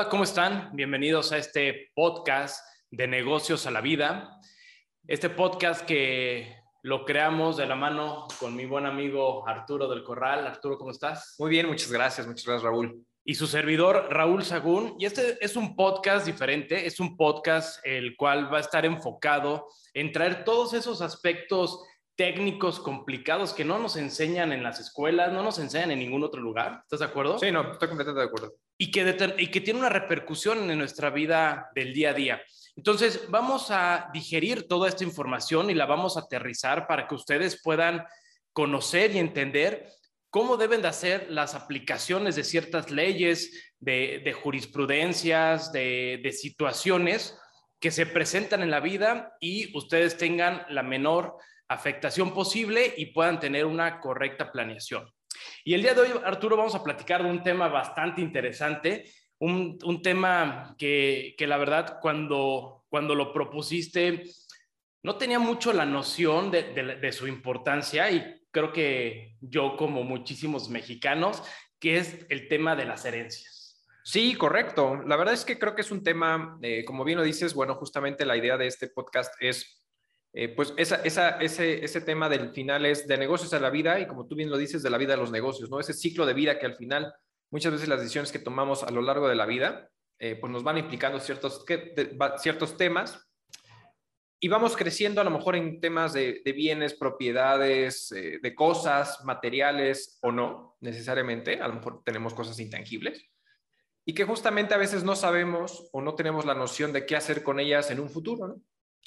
Hola, ¿cómo están? Bienvenidos a este podcast de negocios a la vida. Este podcast que lo creamos de la mano con mi buen amigo Arturo del Corral. Arturo, ¿cómo estás? Muy bien, muchas gracias, Raúl. Y su servidor Raúl Sagún. Y este es un podcast diferente, es un podcast el cual va a estar enfocado en traer todos esos aspectos técnicos complicados que no nos enseñan en las escuelas, no nos enseñan en ningún otro lugar. ¿Estás de acuerdo? Sí, no, estoy completamente de acuerdo. Y que tiene una repercusión en nuestra vida del día a día. Entonces, vamos a digerir toda esta información y la vamos a aterrizar para que ustedes puedan conocer y entender cómo deben de hacer las aplicaciones de ciertas leyes, de jurisprudencias, de situaciones que se presentan en la vida y ustedes tengan la menor afectación posible y puedan tener una correcta planeación. Y el día de hoy, Arturo, vamos a platicar de un tema bastante interesante, un tema que la verdad cuando lo propusiste no tenía mucho la noción de su importancia, y creo que yo, como muchísimos mexicanos, que es el tema de las herencias. Sí, correcto. La verdad es que creo que es un tema, como bien lo dices, bueno, justamente la idea de este podcast es pues ese tema del final es de negocios a la vida, y como tú bien lo dices, de la vida a los negocios, ¿no? Ese ciclo de vida que al final muchas veces las decisiones que tomamos a lo largo de la vida pues nos van implicando ciertos temas, y vamos creciendo a lo mejor en temas de bienes, propiedades, de cosas, materiales o no necesariamente. A lo mejor tenemos cosas intangibles y que justamente a veces no sabemos o no tenemos la noción de qué hacer con ellas en un futuro, ¿no?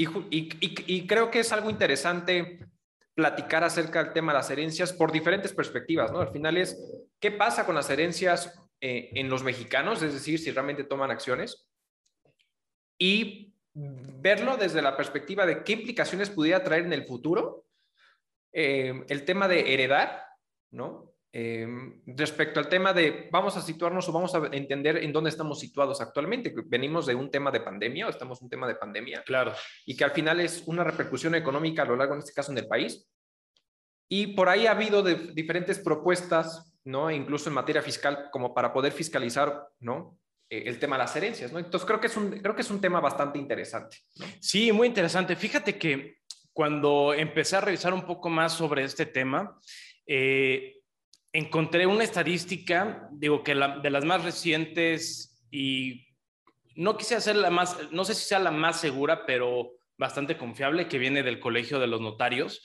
Y creo que es algo interesante platicar acerca del tema de las herencias por diferentes perspectivas, ¿no? Al final es, ¿qué pasa con las herencias en los mexicanos? Es decir, si realmente toman acciones, y verlo desde la perspectiva de qué implicaciones pudiera traer en el futuro el tema de heredar, ¿no? Respecto al tema de vamos a situarnos o vamos a entender en dónde estamos situados actualmente. Venimos de un tema de pandemia, o estamos en un tema de pandemia. Claro. Y que al final es una repercusión económica a lo largo, en este caso, en el país. Y por ahí ha habido diferentes propuestas, ¿no? Incluso en materia fiscal, como para poder fiscalizar, ¿no? El tema de las herencias, ¿no? Entonces creo que es un tema bastante interesante, ¿no? Sí, muy interesante. Fíjate que cuando empecé a revisar un poco más sobre este tema, encontré una estadística, digo que de las más recientes, y no quise hacer la más, no sé si sea la más segura, pero bastante confiable, que viene del Colegio de los Notarios.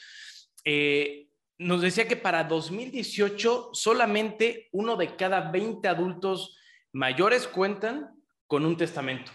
Nos decía que para 2018 solamente 1 de cada 20 adultos mayores cuentan con un testamento.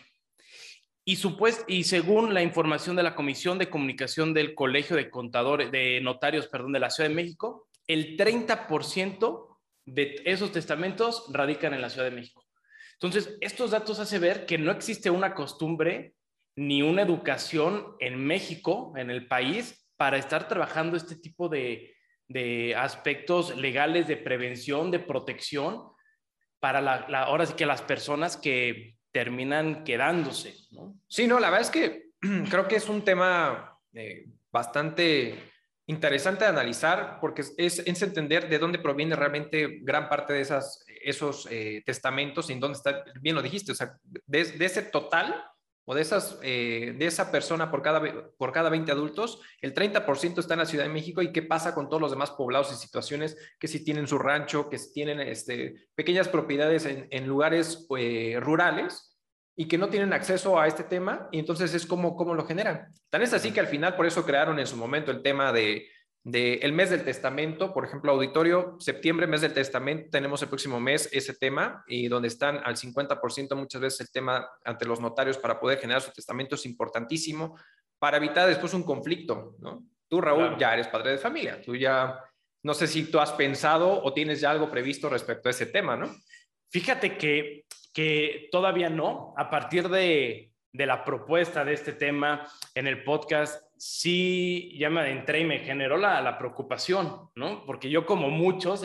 Y según la información de la Comisión de Comunicación del Colegio de Contadores, de Notarios, perdón, de la Ciudad de México, el 30% de esos testamentos radican en la Ciudad de México. Entonces, estos datos hacen ver que no existe una costumbre ni una educación en México, en el país, para estar trabajando este tipo de aspectos legales de prevención, de protección, para ahora sí que las personas que terminan quedándose, ¿no? Sí, no, la verdad es que creo que es un tema bastante interesante de analizar, porque es entender de dónde proviene realmente gran parte de esos testamentos, y en dónde está, bien lo dijiste, o sea, de ese total o de esa persona por cada 20 adultos, el 30% está en la Ciudad de México. ¿Y qué pasa con todos los demás poblados y situaciones que si tienen su rancho, que si tienen pequeñas propiedades en lugares rurales, y que no tienen acceso a este tema? Y entonces es como lo generan. Tan es así que al final por eso crearon en su momento el tema de el mes del testamento. Por ejemplo, auditorio, septiembre, mes del testamento, tenemos el próximo mes ese tema, y donde están al 50% muchas veces el tema ante los notarios para poder generar su testamento. Es importantísimo para evitar después un conflicto, ¿no? Tú, Raúl, Claro. ya eres padre de familia, tú ya, no sé si tú has pensado o tienes ya algo previsto respecto a ese tema, ¿no? Fíjate que todavía no. A partir de la propuesta de este tema en el podcast, sí ya me adentré y me generó la preocupación, ¿no? Porque yo, como muchos,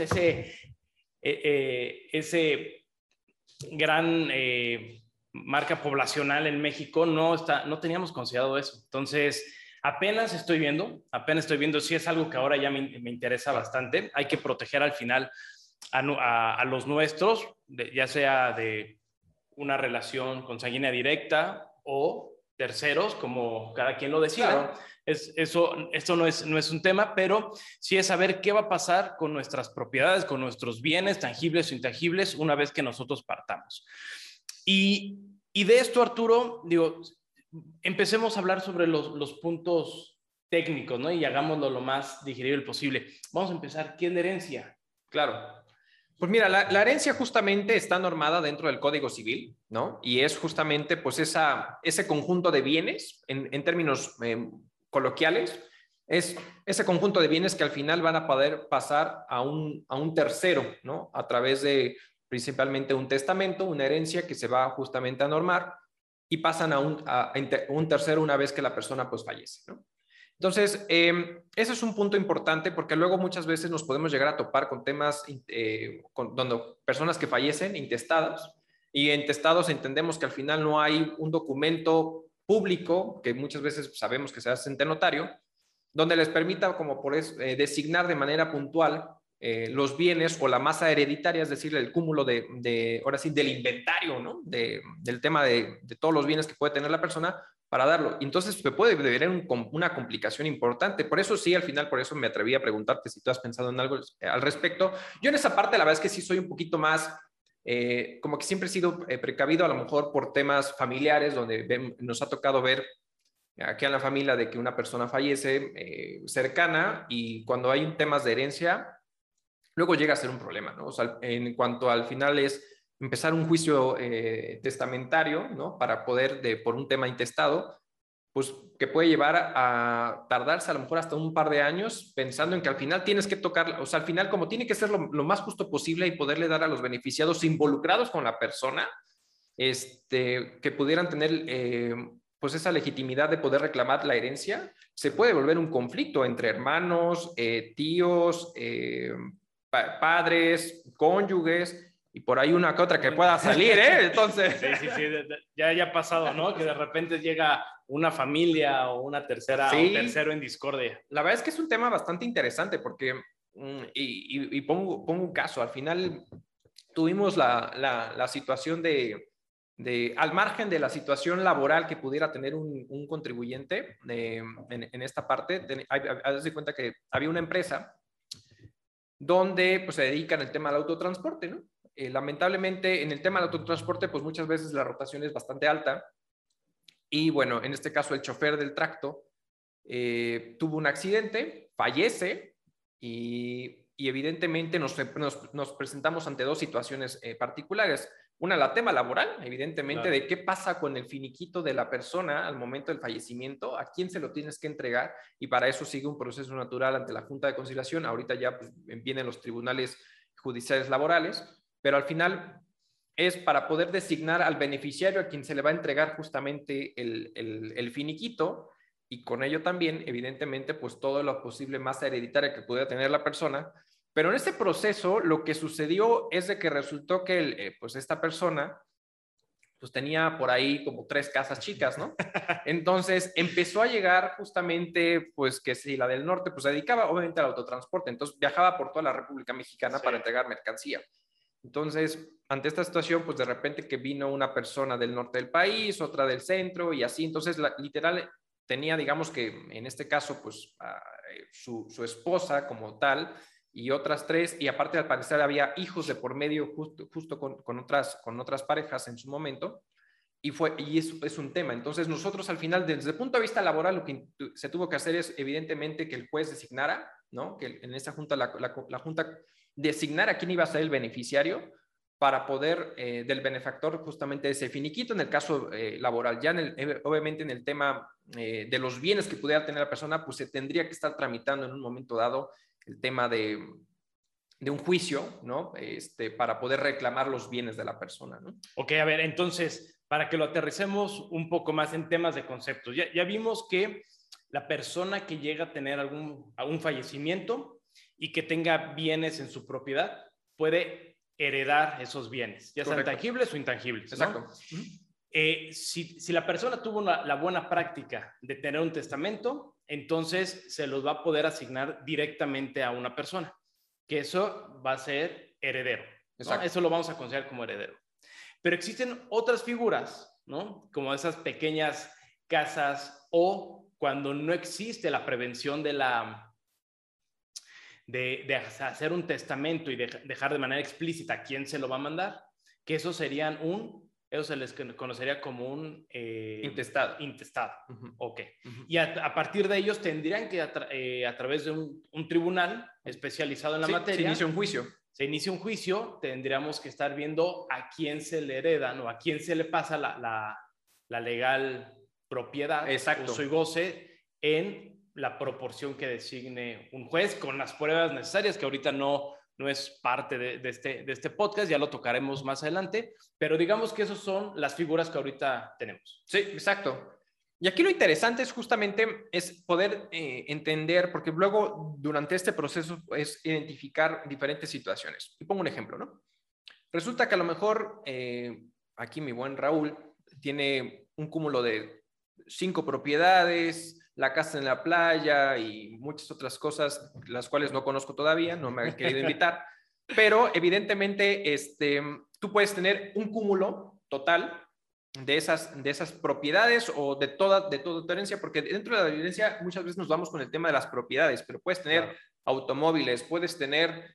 ese gran marca poblacional en México, no teníamos considerado eso. Entonces, apenas estoy viendo si es algo que ahora ya me interesa bastante. Hay que proteger al final a los nuestros, ya sea de una relación consanguínea directa o terceros, como cada quien lo decida. Claro. Esto no es un tema, pero sí es saber qué va a pasar con nuestras propiedades, con nuestros bienes tangibles o intangibles una vez que nosotros partamos. Y de esto, Arturo, digo, empecemos a hablar sobre los puntos técnicos, ¿no? Y hagámoslo lo más digerible posible. Vamos a empezar. ¿Qué es la herencia? Claro. Pues mira, la herencia justamente está normada dentro del Código Civil, ¿no? Y es justamente pues ese conjunto de bienes, en términos coloquiales, es ese conjunto de bienes que al final van a poder pasar a un tercero, ¿no? A través de principalmente un testamento, una herencia que se va justamente a normar y pasan a un tercero una vez que la persona pues fallece, ¿no? Entonces, ese es un punto importante porque luego muchas veces nos podemos llegar a topar con temas donde personas que fallecen intestadas, y en testados entendemos que al final no hay un documento público, que muchas veces sabemos que se hace ante notario, donde les permita como designar de manera puntual los bienes o la masa hereditaria, es decir, el cúmulo ahora sí, del inventario, ¿no? Del tema de todos los bienes que puede tener la persona, para darlo. Entonces se puede ver una complicación importante. Por eso sí, al final, por eso me atreví a preguntarte si tú has pensado en algo al respecto. Yo en esa parte, la verdad es que sí soy un poquito más, como que siempre he sido precavido, a lo mejor por temas familiares, donde nos ha tocado ver aquí en la familia de que una persona fallece cercana, y cuando hay temas de herencia, luego llega a ser un problema, ¿no? O sea, en cuanto al final es empezar un juicio testamentario, ¿no? Para poder, por un tema intestado, pues que puede llevar a tardarse a lo mejor hasta un par de años, pensando en que al final tienes que tocar, o sea, al final como tiene que ser lo más justo posible y poderle dar a los beneficiados involucrados con la persona, que pudieran tener pues esa legitimidad de poder reclamar la herencia, se puede volver un conflicto entre hermanos, tíos, padres, cónyuges, y por ahí una que otra que pueda salir, ¿eh? Entonces... Sí, ya ha pasado, ¿no? Que de repente llega una familia o una tercera, sí, o tercero en discordia. La verdad es que es un tema bastante interesante porque, y pongo un caso, al final tuvimos la situación al margen de la situación laboral que pudiera tener un contribuyente en esta parte, haz de cuenta que había una empresa donde pues, se dedican al tema del autotransporte, ¿no? Lamentablemente, en el tema del autotransporte, pues muchas veces la rotación es bastante alta, y bueno, en este caso el chofer del tracto tuvo un accidente, fallece, y evidentemente nos presentamos ante dos situaciones particulares. Una, la tema laboral, evidentemente, claro, de qué pasa con el finiquito de la persona al momento del fallecimiento, a quién se lo tienes que entregar, y para eso sigue un proceso natural ante la Junta de Conciliación. Ahorita ya pues, vienen los tribunales judiciales laborales, pero al final es para poder designar al beneficiario a quien se le va a entregar justamente el finiquito, y con ello también, evidentemente, pues todo lo posible masa hereditaria que pudiera tener la persona. Pero en este proceso lo que sucedió es de que resultó que pues esta persona pues tenía por ahí como 3 casas chicas, ¿no? Entonces empezó a llegar justamente, pues que si la del norte, pues se dedicaba obviamente al autotransporte, entonces viajaba por toda la República Mexicana, sí, para entregar mercancía. Entonces, ante esta situación, pues de repente que vino una persona del norte del país, otra del centro y así, entonces literal tenía, digamos que en este caso, pues su esposa como tal, y otras 3, y aparte al parecer había hijos de por medio justo con otras parejas en su momento, y es un tema. Entonces nosotros al final, desde el punto de vista laboral, lo que se tuvo que hacer es evidentemente que el juez designara, ¿no? Que en esa junta, la junta designara quién iba a ser el beneficiario para poder del benefactor justamente ese finiquito en el caso laboral. Ya obviamente en el tema de los bienes que pudiera tener la persona, pues se tendría que estar tramitando en un momento dado el tema de un juicio, ¿no? Para poder reclamar los bienes de la persona, ¿no? Ok, a ver, entonces, para que lo aterricemos un poco más en temas de conceptos, ya vimos que la persona que llega a tener algún fallecimiento y que tenga bienes en su propiedad puede heredar esos bienes, ya sean tangibles o intangibles, ¿no? Exacto. Si la persona tuvo la buena práctica de tener un testamento, entonces se los va a poder asignar directamente a una persona, que eso va a ser heredero, ¿no? Eso lo vamos a considerar como heredero. Pero existen otras figuras, ¿no? Como esas pequeñas casas o cuando no existe la prevención de hacer un testamento y dejar de manera explícita a quién se lo va a mandar, que eso se les conocería como un intestado. Ok. Y a partir de ellos tendrían que, a través de un tribunal especializado en la materia, se inicia un juicio. Se inicia un juicio, tendríamos que estar viendo a quién se le heredan o a quién se le pasa la legal propiedad, uso y goce, en la proporción que designe un juez con las pruebas necesarias, que ahorita no es parte de este podcast, ya lo tocaremos más adelante, pero digamos que esas son las figuras que ahorita tenemos. Sí, exacto. Y aquí lo interesante es justamente poder entender, porque luego durante este proceso es identificar diferentes situaciones. Y pongo un ejemplo, ¿no? Resulta que a lo mejor aquí mi buen Raúl tiene un cúmulo de 5 propiedades, la casa en la playa y muchas otras cosas, las cuales no conozco todavía, no me han querido invitar, pero evidentemente tú puedes tener un cúmulo total de esas propiedades o de toda tu herencia, porque dentro de la herencia muchas veces nos vamos con el tema de las propiedades, pero puedes tener automóviles, puedes tener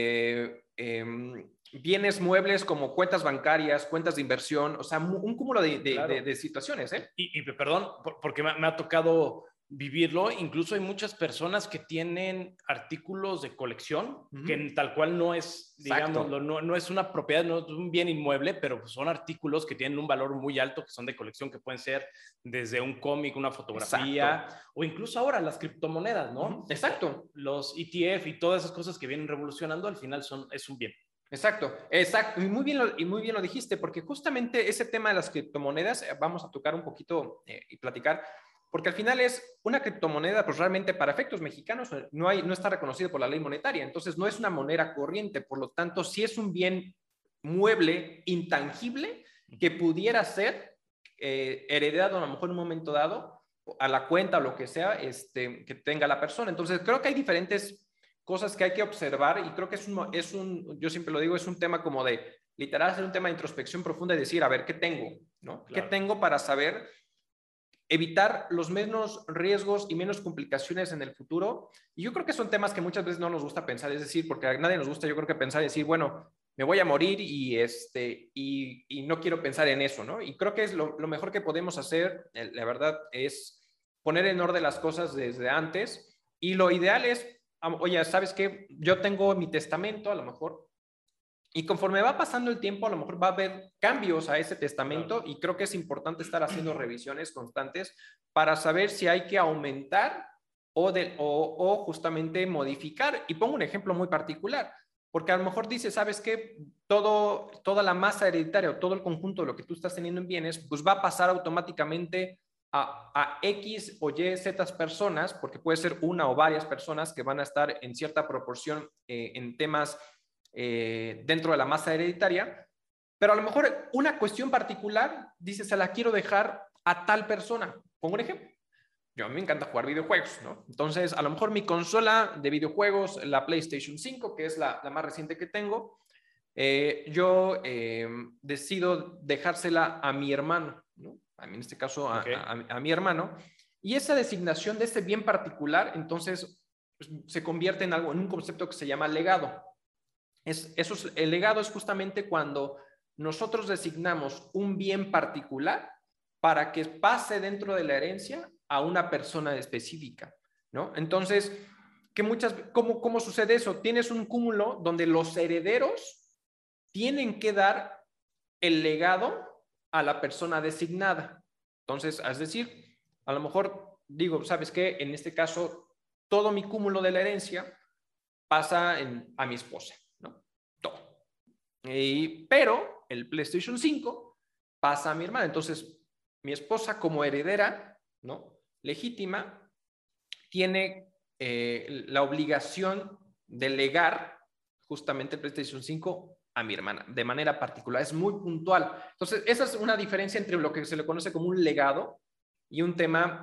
bienes muebles como cuentas bancarias, cuentas de inversión, o sea, un cúmulo de situaciones. Y perdón, porque me ha tocado vivirlo, incluso hay muchas personas que tienen artículos de colección, que tal cual no es, digamos, no es una propiedad, no es un bien inmueble, pero son artículos que tienen un valor muy alto, que son de colección, que pueden ser desde un cómic, una fotografía, o incluso ahora las criptomonedas, ¿no? Exacto. Los ETF y todas esas cosas que vienen revolucionando, al final es un bien. Exacto. Y muy bien lo dijiste, porque justamente ese tema de las criptomonedas vamos a tocar un poquito y platicar, porque al final es una criptomoneda, pues realmente para efectos mexicanos no está reconocido por la ley monetaria, entonces no es una moneda corriente, por lo tanto sí es un bien mueble, intangible, que pudiera ser heredado a lo mejor en un momento dado a la cuenta o lo que sea que tenga la persona. Entonces creo que hay diferentes cosas que hay que observar y creo que yo siempre lo digo, es un tema como de, literal, hacer un tema de introspección profunda y decir, a ver, ¿qué tengo? ¿No? Claro. ¿Qué tengo para saber evitar los menos riesgos y menos complicaciones en el futuro? Y yo creo que son temas que muchas veces no nos gusta pensar, es decir, porque a nadie nos gusta, yo creo que pensar y decir, bueno, me voy a morir y no quiero pensar en eso, ¿no? Y creo que es lo mejor que podemos hacer, la verdad, es poner en orden las cosas desde antes y lo ideal es, oye, ¿sabes qué? Yo tengo mi testamento, a lo mejor, y conforme va pasando el tiempo, a lo mejor va a haber cambios a ese testamento y creo que es importante estar haciendo revisiones constantes para saber si hay que aumentar o justamente modificar. Y pongo un ejemplo muy particular, porque a lo mejor dice, ¿sabes qué? Toda la masa hereditaria o todo el conjunto de lo que tú estás teniendo en bienes, pues va a pasar automáticamente a X o Y, Z personas, porque puede ser una o varias personas que van a estar en cierta proporción en temas dentro de la masa hereditaria, pero a lo mejor una cuestión particular, dice, se la quiero dejar a tal persona. Pongo un ejemplo. A mí me encanta jugar videojuegos, ¿no? Entonces, a lo mejor mi consola de videojuegos, la PlayStation 5, que es la más reciente que tengo, yo decido dejársela a mi hermano, ¿no? A mí en este caso a mi hermano, y esa designación de ese bien particular, entonces pues, se convierte en un concepto que se llama legado. El legado es justamente cuando nosotros designamos un bien particular para que pase dentro de la herencia a una persona específica, ¿no? Entonces, ¿cómo sucede eso? Tienes un cúmulo donde los herederos tienen que dar el legado a la persona designada. Entonces, es decir, a lo mejor digo, ¿sabes qué? En este caso, todo mi cúmulo de la herencia pasa a mi esposa, ¿no? Todo. Pero el PlayStation 5 pasa a mi hermana. Entonces, mi esposa como heredera, ¿no? Legítima, tiene la obligación de legar justamente el PlayStation 5 a mi hermana, de manera particular, es muy puntual. Entonces, esa es una diferencia entre lo que se le conoce como un legado y un tema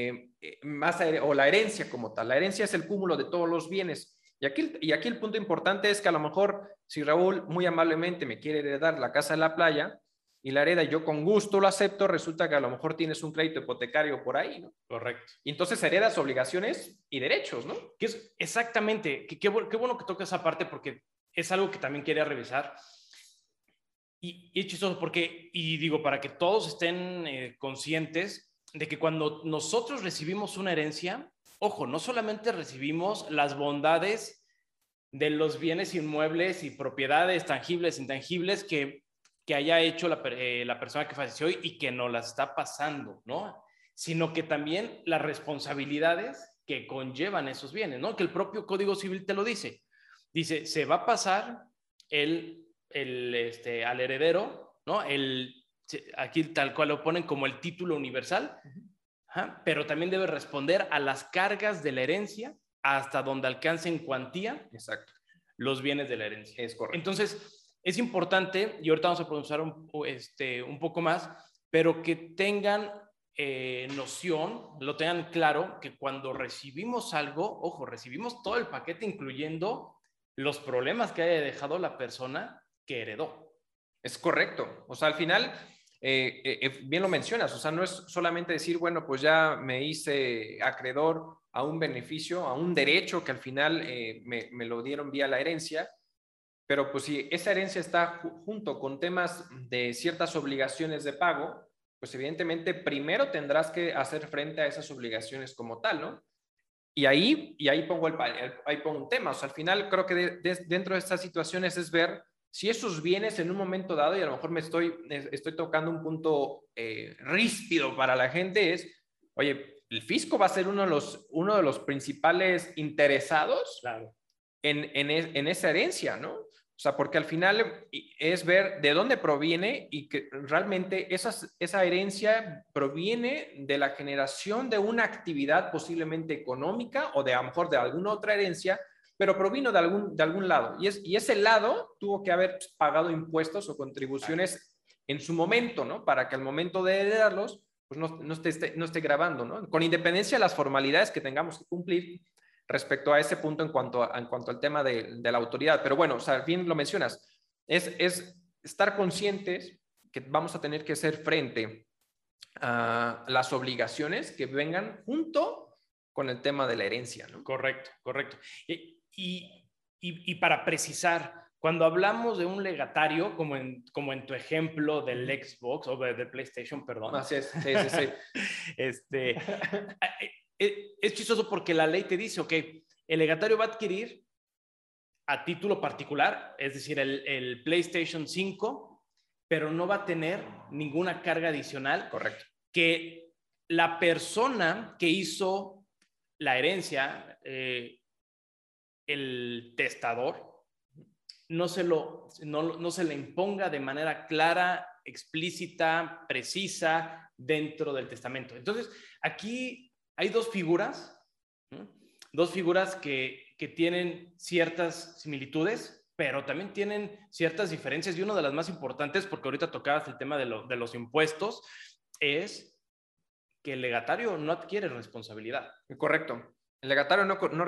o la herencia como tal. La herencia es el cúmulo de todos los bienes. Y aquí el punto importante es que a lo mejor, si Raúl muy amablemente me quiere heredar la casa de la playa, y la hereda, y yo con gusto lo acepto, resulta que a lo mejor tienes un crédito hipotecario por ahí, ¿no? Correcto. Y entonces heredas obligaciones y derechos, ¿no? Que es exactamente, qué bueno que toca esa parte porque es algo que también quería revisar. Y es chistoso porque, y digo, para que todos estén conscientes de que cuando nosotros recibimos una herencia, ojo, no solamente recibimos las bondades de los bienes inmuebles y propiedades tangibles, intangibles que haya hecho la persona que falleció y que nos las está pasando, ¿no? Sino que también las responsabilidades que conllevan esos bienes, ¿no? Que el propio Código Civil te lo dice. Dice, se va a pasar al heredero, ¿no? Aquí tal cual lo ponen como el título universal, pero también debe responder a las cargas de la herencia hasta donde alcance en cuantía. Exacto. Los bienes de la herencia. Es correcto. Entonces, es importante, y ahorita vamos a pronunciar un poco más, pero que tengan noción, lo tengan claro, que cuando recibimos algo, ojo, recibimos todo el paquete, incluyendo los problemas que haya dejado la persona que heredó. Es correcto. O sea, al final, bien lo mencionas, o sea, no es solamente decir, bueno, pues ya me hice acreedor a un beneficio, a un derecho que al final me lo dieron vía la herencia, pero pues si esa herencia está junto con temas de ciertas obligaciones de pago, pues evidentemente primero tendrás que hacer frente a esas obligaciones como tal, ¿no? Y ahí pongo un tema, o sea, al final creo que dentro de estas situaciones es ver si esos bienes en un momento dado, y a lo mejor estoy tocando un punto ríspido para la gente, es, oye, el fisco va a ser uno de los principales interesados, claro, en esa herencia, ¿no? O sea, porque al final es ver de dónde proviene y que realmente esa herencia proviene de la generación de una actividad posiblemente económica o de a lo mejor de alguna otra herencia, pero provino de algún lado. Y ese lado tuvo que haber pagado impuestos o contribuciones en su momento, ¿no? Para que al momento de heredarlos, pues no esté grabando, ¿no? Con independencia de las formalidades que tengamos que cumplir respecto a ese punto en cuanto al tema de la autoridad. Pero bueno, o sea, bien lo mencionas, es estar conscientes que vamos a tener que hacer frente a las obligaciones que vengan junto con el tema de la herencia, ¿no? Correcto, correcto. Y para precisar, cuando hablamos de un legatario, como en tu ejemplo del Xbox o del PlayStation, perdón. Así es, sí. Es chistoso porque la ley te dice, ok, el legatario va a adquirir a título particular, es decir, el PlayStation 5, pero no va a tener ninguna carga adicional. Correcto. Que la persona que hizo la herencia, el testador, no se le imponga de manera clara, explícita, precisa dentro del testamento. Entonces, aquí hay dos figuras, ¿no? Dos figuras que tienen ciertas similitudes, pero también tienen ciertas diferencias, y una de las más importantes, porque ahorita tocabas el tema de los impuestos, es que el legatario no adquiere responsabilidad. Correcto. El legatario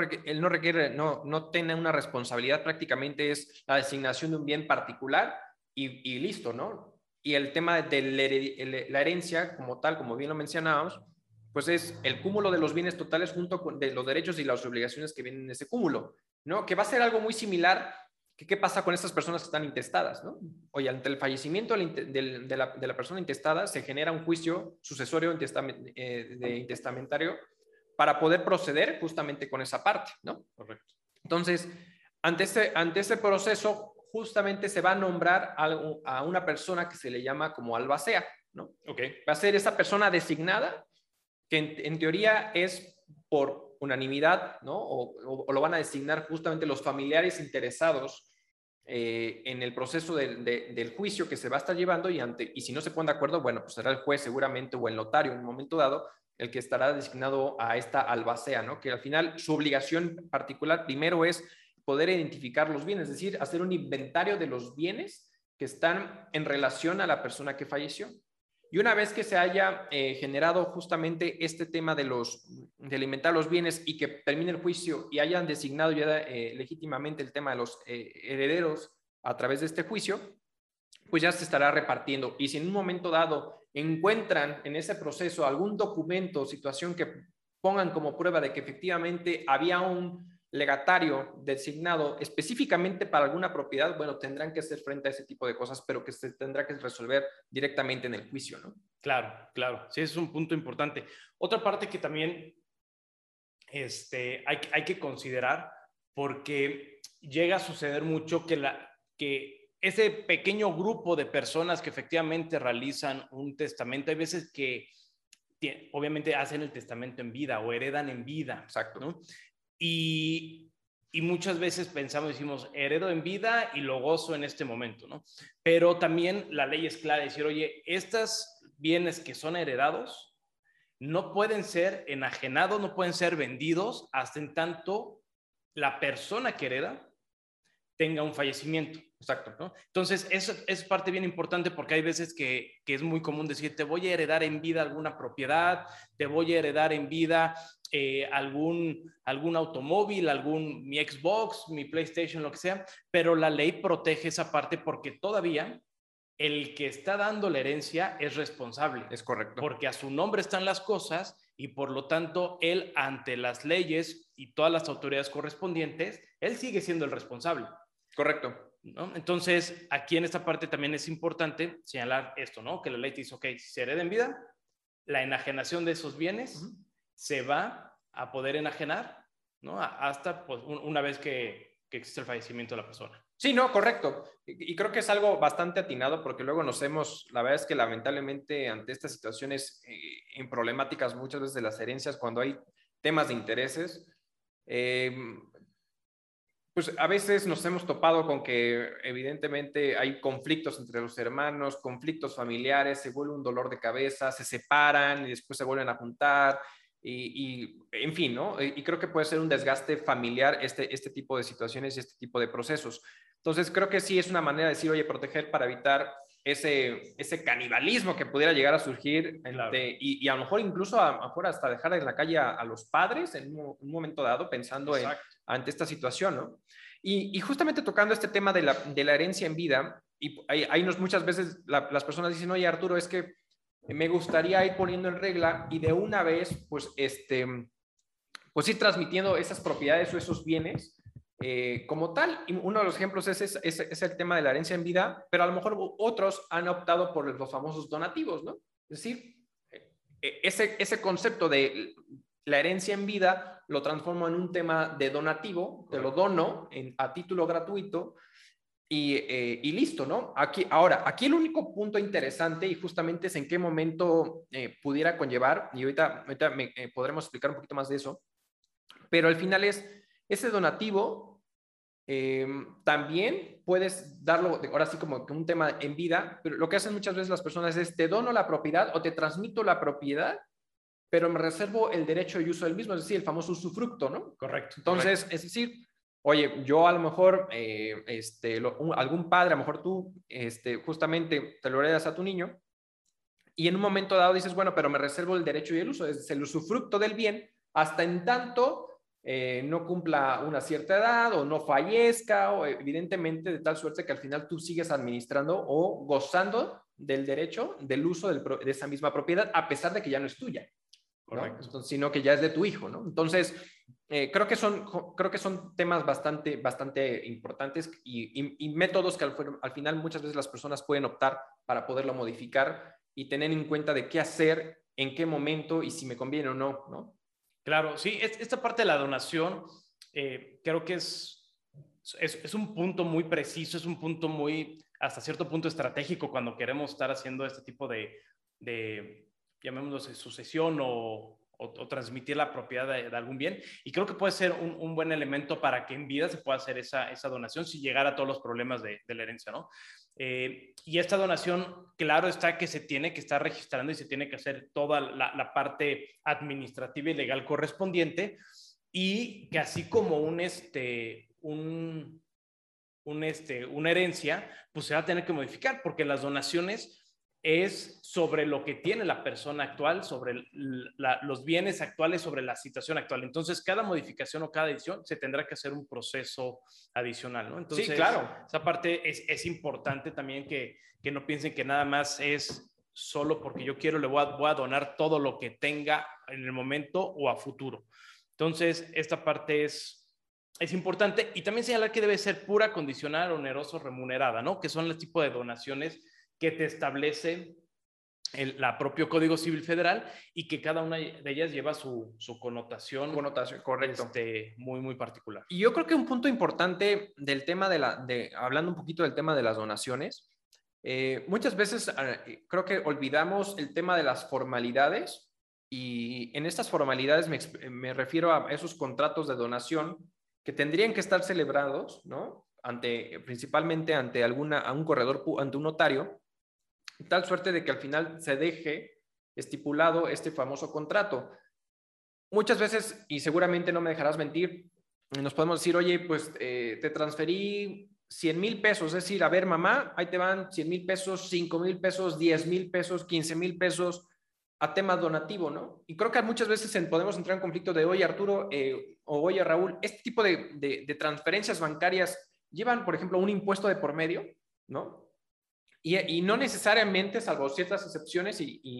no tiene una responsabilidad, prácticamente es la designación de un bien particular y listo, ¿no? Y el tema de la herencia como tal, como bien lo mencionábamos, pues es el cúmulo de los bienes totales junto con de los derechos y las obligaciones que vienen en ese cúmulo, ¿no? Que va a ser algo muy similar que qué pasa con estas personas que están intestadas, ¿no? Oye, ante el fallecimiento de la persona intestada se genera un juicio sucesorio intestamentario para poder proceder justamente con esa parte, ¿no? Correcto. Entonces, ante ese proceso, justamente se va a nombrar a una persona que se le llama como albacea, ¿no? Okay. Va a ser esa persona designada que en teoría es por unanimidad, ¿no? O lo van a designar justamente los familiares interesados en el proceso del juicio que se va a estar llevando y si no se ponen de acuerdo, bueno, pues será el juez seguramente o el notario en un momento dado el que estará designado a esta albacea, ¿no? Que al final su obligación particular primero es poder identificar los bienes, es decir, hacer un inventario de los bienes que están en relación a la persona que falleció. Y una vez que se haya generado justamente este tema de alimentar los bienes y que termine el juicio y hayan designado ya legítimamente el tema de los herederos a través de este juicio, pues ya se estará repartiendo. Y si en un momento dado encuentran en ese proceso algún documento o situación que pongan como prueba de que efectivamente había un legatario designado específicamente para alguna propiedad, bueno, tendrán que hacer frente a ese tipo de cosas, pero que se tendrá que resolver directamente en el juicio, ¿no? Claro, claro. Sí, ese es un punto importante. Otra parte que también hay que considerar, porque llega a suceder mucho que ese pequeño grupo de personas que efectivamente realizan un testamento, hay veces que obviamente hacen el testamento en vida o heredan en vida. Exacto. ¿No? Y muchas veces pensamos, decimos, heredo en vida y lo gozo en este momento, ¿no? Pero también la ley es clara, decir, oye, estos bienes que son heredados no pueden ser enajenados, no pueden ser vendidos hasta en tanto la persona que hereda tenga un fallecimiento. Exacto. ¿No? Entonces, eso es parte bien importante porque hay veces que es muy común decir, te voy a heredar en vida alguna propiedad, te voy a heredar en vida algún automóvil, mi Xbox, mi PlayStation, lo que sea, pero la ley protege esa parte porque todavía el que está dando la herencia es responsable. Es correcto. Porque a su nombre están las cosas y por lo tanto él ante las leyes y todas las autoridades correspondientes, él sigue siendo el responsable. Correcto. ¿No? Entonces, aquí en esta parte también es importante señalar esto, ¿no? Que la ley te dice, ok, si se hereda en vida, la enajenación de esos bienes se va a poder enajenar, ¿no? Hasta pues, una vez que existe el fallecimiento de la persona. Sí, no, correcto. Y creo que es algo bastante atinado porque luego la verdad es que lamentablemente ante estas situaciones en problemáticas muchas veces de las herencias, cuando hay temas de intereses, pues a veces nos hemos topado con que evidentemente hay conflictos entre los hermanos, conflictos familiares, se vuelve un dolor de cabeza, se separan y después se vuelven a juntar en fin, ¿no? Y creo que puede ser un desgaste familiar este tipo de situaciones y este tipo de procesos. Entonces creo que sí es una manera de decir, oye, proteger para evitar ese canibalismo que pudiera llegar a surgir Claro. y a lo mejor incluso a lo mejor hasta dejar en la calle a los padres en un momento dado pensando ante esta situación, ¿no? Y justamente tocando este tema de la herencia en vida, y hay muchas veces las personas dicen, oye Arturo, es que me gustaría ir poniendo en regla y de una vez, pues ir transmitiendo esas propiedades o esos bienes como tal. Y uno de los ejemplos es el tema de la herencia en vida, pero a lo mejor otros han optado por los famosos donativos, ¿no? Es decir, ese concepto de la herencia en vida lo transformo en un tema de donativo, te lo dono a título gratuito y listo, ¿no? Aquí el único punto interesante y justamente es en qué momento pudiera conllevar, y ahorita podremos explicar un poquito más de eso, pero al final ese donativo también puedes darlo, ahora sí como un tema en vida, pero lo que hacen muchas veces las personas es te dono la propiedad o te transmito la propiedad, pero me reservo el derecho y uso del mismo, es decir, el famoso usufructo, ¿no? Correcto. Entonces, correcto. Es decir, oye, yo a lo mejor, algún padre, a lo mejor tú, justamente te lo heredas a tu niño y en un momento dado dices, bueno, pero me reservo el derecho y el uso, es el usufructo del bien hasta en tanto no cumpla una cierta edad o no fallezca, o evidentemente de tal suerte que al final tú sigues administrando o gozando del derecho del uso de esa misma propiedad, a pesar de que ya no es tuya, ¿no? Entonces, sino que ya es de tu hijo, ¿no? Entonces, creo que son temas bastante importantes y métodos que al final muchas veces las personas pueden optar para poderlo modificar y tener en cuenta de qué hacer, en qué momento y si me conviene o no, ¿no? Claro, sí, esta parte de la donación creo que es un punto muy preciso, es un punto muy, hasta cierto punto estratégico cuando queremos estar haciendo este tipo de llamémoslo sucesión o transmitir la propiedad de algún bien. Y creo que puede ser un buen elemento para que en vida se pueda hacer esa donación sin llegar a todos los problemas de la herencia, ¿no? Y esta donación, claro está que se tiene que estar registrando y se tiene que hacer toda la parte administrativa y legal correspondiente y que así como una herencia, pues se va a tener que modificar porque las donaciones es sobre lo que tiene la persona actual, sobre los bienes actuales, sobre la situación actual. Entonces, cada modificación o cada edición se tendrá que hacer un proceso adicional, ¿no? Entonces, sí, claro. Esa parte es importante también que no piensen que nada más es solo porque yo quiero, voy a donar todo lo que tenga en el momento o a futuro. Entonces, esta parte es importante, y también señalar que debe ser pura, condicional, oneroso, remunerada, ¿no? Que son los tipos de donaciones que te establece la propio Código Civil Federal, y que cada una de ellas lleva su connotación, correcto. Muy, muy particular. Y yo creo que un punto importante del tema hablando un poquito del tema de las donaciones, muchas veces creo que olvidamos el tema de las formalidades, y en estas formalidades me refiero a esos contratos de donación que tendrían que estar celebrados, ¿no? Principalmente ante a un corredor, ante un notario, tal suerte de que al final se deje estipulado este famoso contrato. Muchas veces, y seguramente no me dejarás mentir, nos podemos decir, oye, pues te transferí 100,000 pesos, es decir, a ver, mamá, ahí te van 100,000 pesos, 5,000 pesos, 10,000 pesos, 15,000 pesos a tema donativo, ¿no? Y creo que muchas veces podemos entrar en conflicto de, oye, Arturo, o oye, Raúl, este tipo de transferencias bancarias llevan, por ejemplo, un impuesto de por medio, ¿no? Y no necesariamente, salvo ciertas excepciones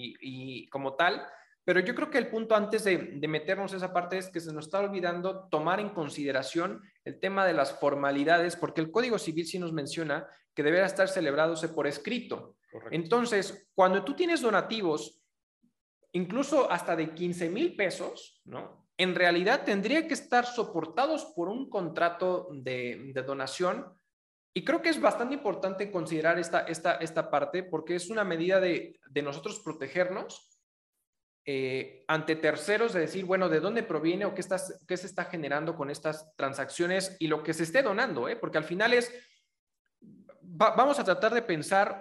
y como tal, pero yo creo que el punto antes de meternos a esa parte es que se nos está olvidando tomar en consideración el tema de las formalidades, porque el Código Civil sí nos menciona que deberá estar celebrándose por escrito. Correcto. Entonces, cuando tú tienes donativos, incluso hasta de 15,000 pesos, ¿no? En realidad tendría que estar soportados por un contrato de donación. Y creo que es bastante importante considerar esta parte, porque es una medida de nosotros protegernos ante terceros, de decir, bueno, ¿de dónde proviene o qué se está generando con estas transacciones y lo que se esté donando? Porque al final vamos a tratar de pensar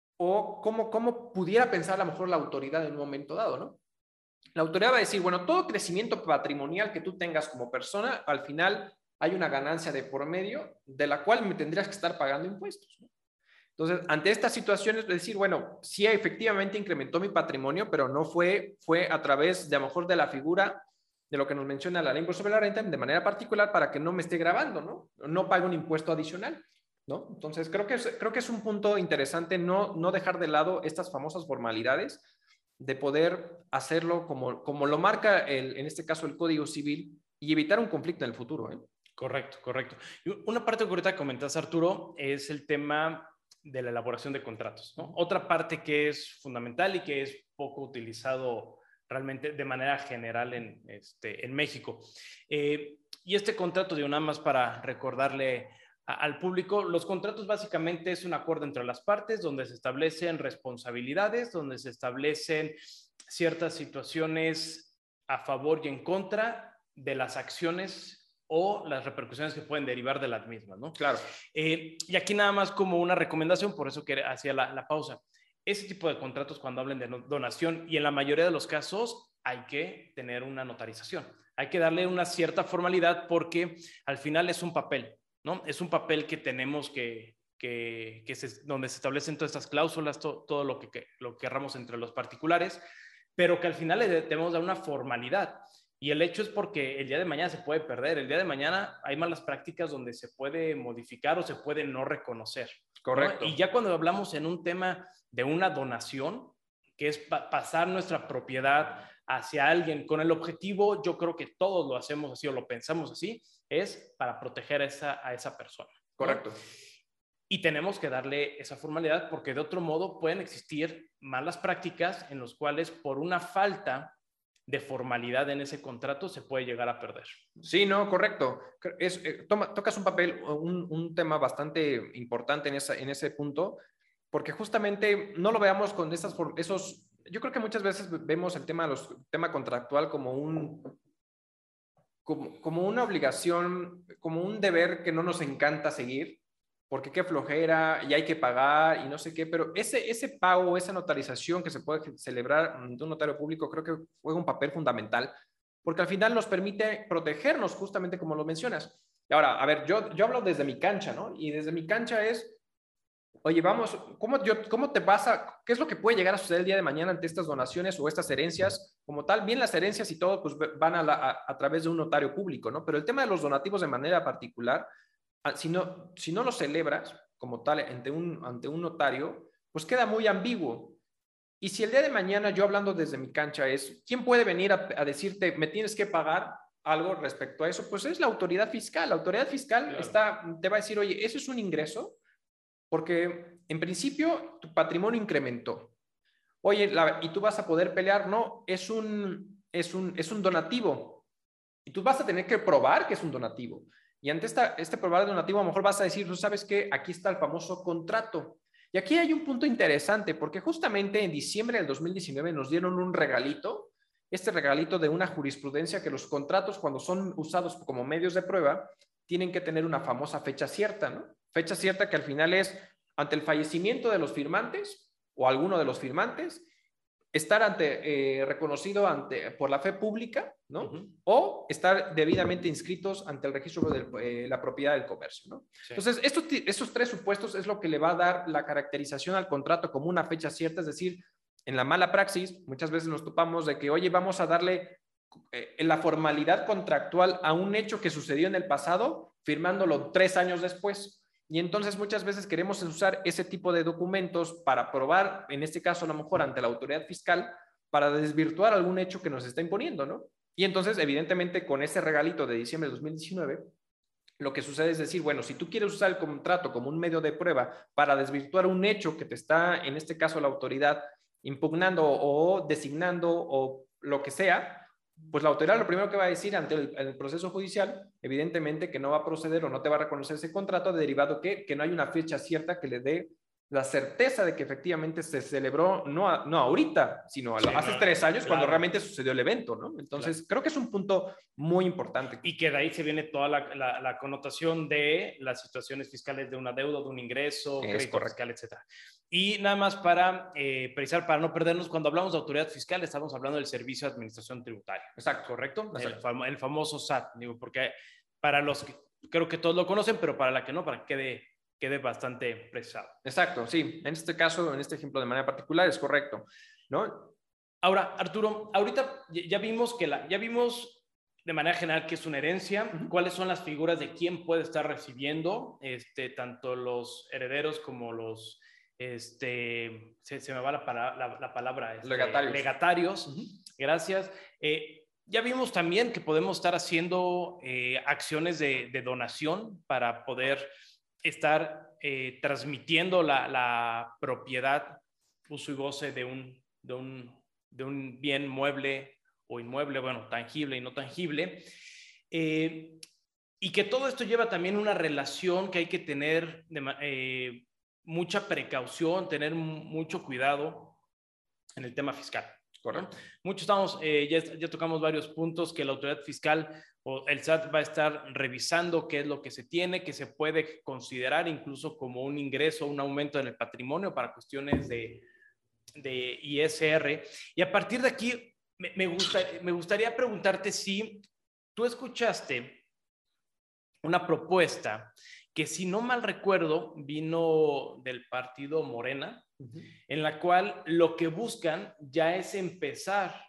o cómo pudiera pensar a lo mejor la autoridad en un momento dado, ¿no? La autoridad va a decir, bueno, todo crecimiento patrimonial que tú tengas como persona, al final hay una ganancia de por medio de la cual me tendrías que estar pagando impuestos, ¿no? Entonces, ante estas situaciones, decir, bueno, sí efectivamente incrementó mi patrimonio, pero no fue a través de a lo mejor de la figura de lo que nos menciona la ley sobre la renta de manera particular para que no me esté grabando, ¿no? No pague un impuesto adicional, ¿no? Entonces, creo que es un punto interesante no dejar de lado estas famosas formalidades de poder hacerlo como lo marca en este caso el Código Civil y evitar un conflicto en el futuro, ¿eh? Correcto, correcto. Y una parte que ahorita comentas, Arturo, es el tema de la elaboración de contratos, ¿no? Otra parte que es fundamental y que es poco utilizado realmente de manera general en México. Y este contrato, digo, nada más para recordarle al público, los contratos básicamente es un acuerdo entre las partes donde se establecen responsabilidades, donde se establecen ciertas situaciones a favor y en contra de las acciones o las repercusiones que pueden derivar de las mismas, ¿no? Claro. Y aquí nada más como una recomendación, por eso que hacía la pausa. Ese tipo de contratos, cuando hablen de donación, y en la mayoría de los casos, hay que tener una notarización. Hay que darle una cierta formalidad porque al final es un papel, ¿no? Es un papel que tenemos donde se establecen todas estas cláusulas, todo lo que querramos entre los particulares, pero que al final le debemos dar una formalidad. Y el hecho es porque el día de mañana se puede perder, el día de mañana hay malas prácticas donde se puede modificar o se puede no reconocer. Correcto. ¿No? Y ya cuando hablamos en un tema de una donación, que es pasar nuestra propiedad hacia alguien con el objetivo, yo creo que todos lo hacemos así o lo pensamos así, es para proteger a esa persona, ¿no? Correcto. Y tenemos que darle esa formalidad porque de otro modo pueden existir malas prácticas en los cuales por una falta de formalidad en ese contrato se puede llegar a perder. Sí, no, correcto. Tocas un tema bastante importante en ese punto, porque justamente no lo veamos con esos. Yo creo que muchas veces vemos el tema contractual como una obligación, como un deber que no nos encanta seguir, porque qué flojera y hay que pagar y no sé qué, pero ese pago, esa notarización que se puede celebrar de un notario público, creo que juega un papel fundamental, porque al final nos permite protegernos justamente como lo mencionas. Y ahora, a ver, yo hablo desde mi cancha, ¿no? Y desde mi cancha es, Oye, vamos, ¿cómo te vas qué es lo que puede llegar a suceder el día de mañana ante estas donaciones o estas herencias? Como tal, bien las herencias y todo, pues van a través de un notario público, ¿no? Pero el tema de los donativos de manera particular, si no lo celebras como tal ante un notario, pues queda muy ambiguo. Y si el día de mañana, yo hablando desde mi cancha, ¿quién puede venir a decirte, me tienes que pagar algo respecto a eso? Pues es la autoridad fiscal. La autoridad fiscal te va a decir, oye, eso es un ingreso porque en principio tu patrimonio incrementó. Oye, y tú vas a poder pelear, no, es un donativo. Y tú vas a tener que probar que es un donativo. Y ante este probar de donativo, a lo mejor vas a decir, tú sabes que aquí está el famoso contrato. Y aquí hay un punto interesante, porque justamente en diciembre del 2019 nos dieron un regalito, este regalito de una jurisprudencia que los contratos, cuando son usados como medios de prueba, tienen que tener una famosa fecha cierta, ¿no? Fecha cierta que al final es ante el fallecimiento de los firmantes o alguno de los firmantes, estar reconocido por la fe pública, ¿no? Uh-huh. O estar debidamente inscritos ante el registro de la propiedad del comercio, ¿no? Sí. Entonces, estos tres supuestos es lo que le va a dar la caracterización al contrato como una fecha cierta, es decir, en la mala praxis, muchas veces nos topamos de que, oye, vamos a darle la formalidad contractual a un hecho que sucedió en el pasado, firmándolo 3 años después. Y entonces muchas veces queremos usar ese tipo de documentos para probar, en este caso a lo mejor ante la autoridad fiscal, para desvirtuar algún hecho que nos está imponiendo, ¿no? Y entonces, evidentemente, con ese regalito de diciembre de 2019, lo que sucede es decir, bueno, si tú quieres usar el contrato como un medio de prueba para desvirtuar un hecho que te está, en este caso, la autoridad impugnando o designando o lo que sea, pues la autoridad lo primero que va a decir ante el proceso judicial, evidentemente que no va a proceder o no te va a reconocer ese contrato, derivado que no hay una fecha cierta que le dé la certeza de que efectivamente se celebró, no ahorita, sino hace 3 años, cuando realmente sucedió el evento, ¿no? Entonces, creo que es un punto muy importante. Y que de ahí se viene toda la connotación de las situaciones fiscales de una deuda, de un ingreso, crédito fiscal, etcétera. Y nada más para precisar, para no perdernos, cuando hablamos de autoridad fiscal, estamos hablando del Servicio de Administración Tributaria. Exacto. ¿Correcto? El famoso SAT, digo, porque para los que creo que todos lo conocen, pero para la que no, para que quede bastante precisado. Exacto, sí. En este caso, en este ejemplo de manera particular, es correcto, ¿no? Ahora, Arturo, ahorita ya vimos de manera general qué es una herencia, cuáles son las figuras de quién puede estar recibiendo, tanto los herederos como los, se me va la palabra, legatarios. Gracias. Ya vimos también que podemos estar haciendo acciones de donación para poder estar transmitiendo la propiedad, uso y goce de un bien mueble o inmueble, bueno, tangible y no tangible. Y que todo esto lleva también una relación que hay que tener mucha precaución, tener mucho cuidado en el tema fiscal. Correcto. Mucho estamos, ya tocamos varios puntos que la autoridad fiscal o el SAT va a estar revisando qué es lo que se tiene, que se puede considerar incluso como un ingreso, un aumento en el patrimonio para cuestiones de ISR. Y a partir de aquí, me gustaría preguntarte si tú escuchaste una propuesta que, si no mal recuerdo, vino del partido Morena, en la cual lo que buscan ya es empezar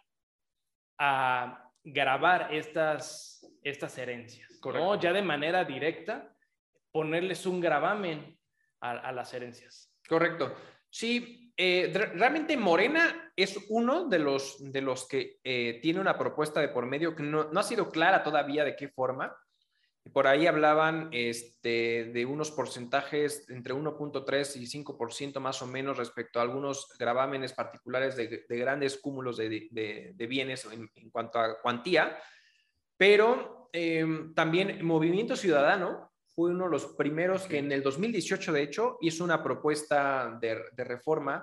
a grabar estas herencias, ¿no? Ya de manera directa, ponerles un gravamen a las herencias. Correcto. Sí, realmente Morena es uno de los que tiene una propuesta de por medio que no ha sido clara todavía de qué forma. Por ahí hablaban de unos porcentajes entre 1.3 y 5% más o menos respecto a algunos gravámenes particulares de grandes cúmulos de bienes en cuanto a cuantía, pero también Movimiento Ciudadano fue uno de los primeros que en el 2018, de hecho, hizo una propuesta de reforma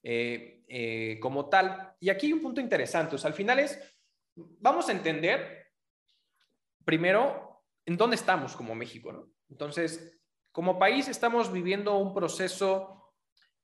como tal. Y aquí hay un punto interesante. O sea, al final vamos a entender primero en dónde estamos como México, ¿no? Entonces, como país estamos viviendo un proceso,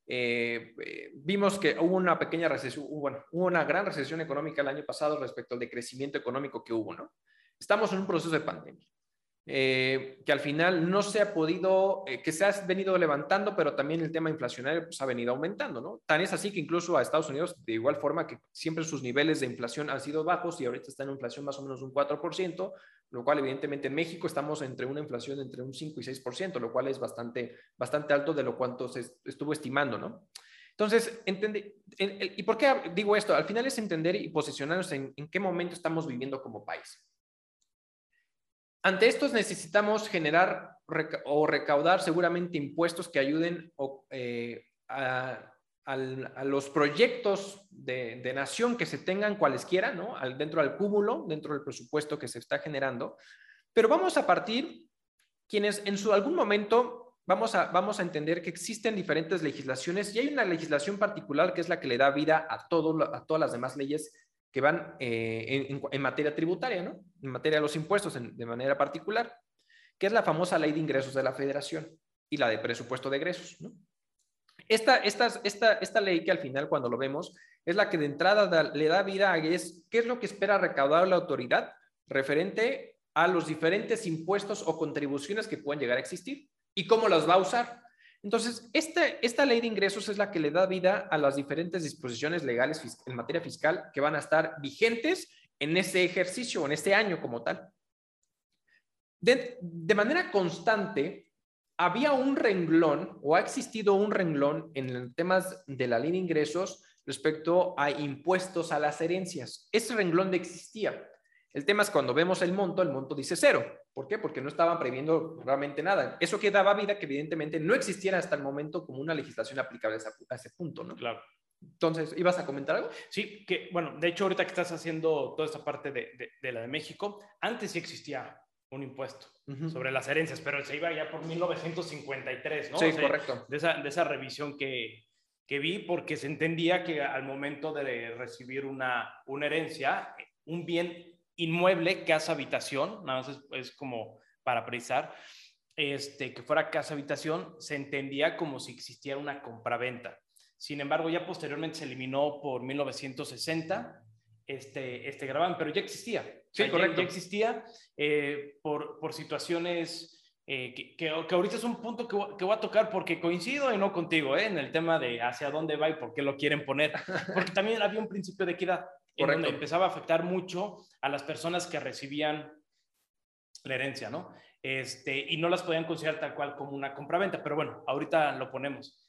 vimos que hubo una pequeña recesión, hubo una gran recesión económica el año pasado respecto al decrecimiento económico que hubo, ¿no? Estamos en un proceso de pandemia. que al final no se ha podido, que se ha venido levantando, pero también el tema inflacionario pues, ha venido aumentando, ¿no? Tan es así que incluso a Estados Unidos, de igual forma que siempre sus niveles de inflación han sido bajos y ahorita está en una inflación más o menos un 4%, lo cual evidentemente en México estamos entre una inflación entre un 5 y 6%, lo cual es bastante alto de lo cuanto se estuvo estimando, ¿no? Entonces, ¿y por qué digo esto? Al final es entender y posicionarnos en qué momento estamos viviendo como país. Ante estos necesitamos generar o recaudar seguramente impuestos que ayuden a los proyectos de nación que se tengan cualesquiera, ¿no? Dentro del cúmulo, dentro del presupuesto que se está generando. Pero vamos a partir quienes en algún momento vamos a entender que existen diferentes legislaciones y hay una legislación particular que es la que le da vida a todas las demás leyes que van en materia tributaria, ¿no? En materia de los impuestos de manera particular, que es la famosa Ley de Ingresos de la Federación y la de Presupuesto de Egresos, ¿no? Esta ley que al final cuando lo vemos es la que de entrada le da vida a qué es lo que espera recaudar la autoridad referente a los diferentes impuestos o contribuciones que pueden llegar a existir y cómo las va a usar. Entonces, esta ley de ingresos es la que le da vida a las diferentes disposiciones legales en materia fiscal que van a estar vigentes en ese ejercicio, en este año como tal. De manera constante, había un renglón o ha existido un renglón en temas de la ley de ingresos respecto a impuestos a las herencias. Ese renglón existía. El tema es cuando vemos el monto dice cero. ¿Por qué? Porque no estaban previendo realmente nada. Eso que daba vida que evidentemente no existiera hasta el momento como una legislación aplicable a ese punto, ¿no? Claro. Entonces, ¿ibas a comentar algo? Sí, que bueno, de hecho ahorita que estás haciendo toda esta parte de la de México, antes sí existía un impuesto sobre las herencias, pero se iba ya por 1953, ¿no? Sí, o sea, correcto. De esa revisión que vi, porque se entendía que al momento de recibir una herencia, un bien inmueble, casa habitación, nada más es como para precisar, que fuera casa habitación, se entendía como si existiera una compraventa. Sin embargo, ya posteriormente se eliminó por 1960 este gravamen, pero ya existía. Sí, o sea, correcto. Ya existía por situaciones que ahorita es un punto que voy a tocar porque coincido y no contigo en el tema de hacia dónde va y por qué lo quieren poner. Porque también había un principio de equidad en donde empezaba a afectar mucho a las personas que recibían la herencia, ¿no? Y no las podían considerar tal cual como una compraventa, pero bueno, ahorita lo ponemos.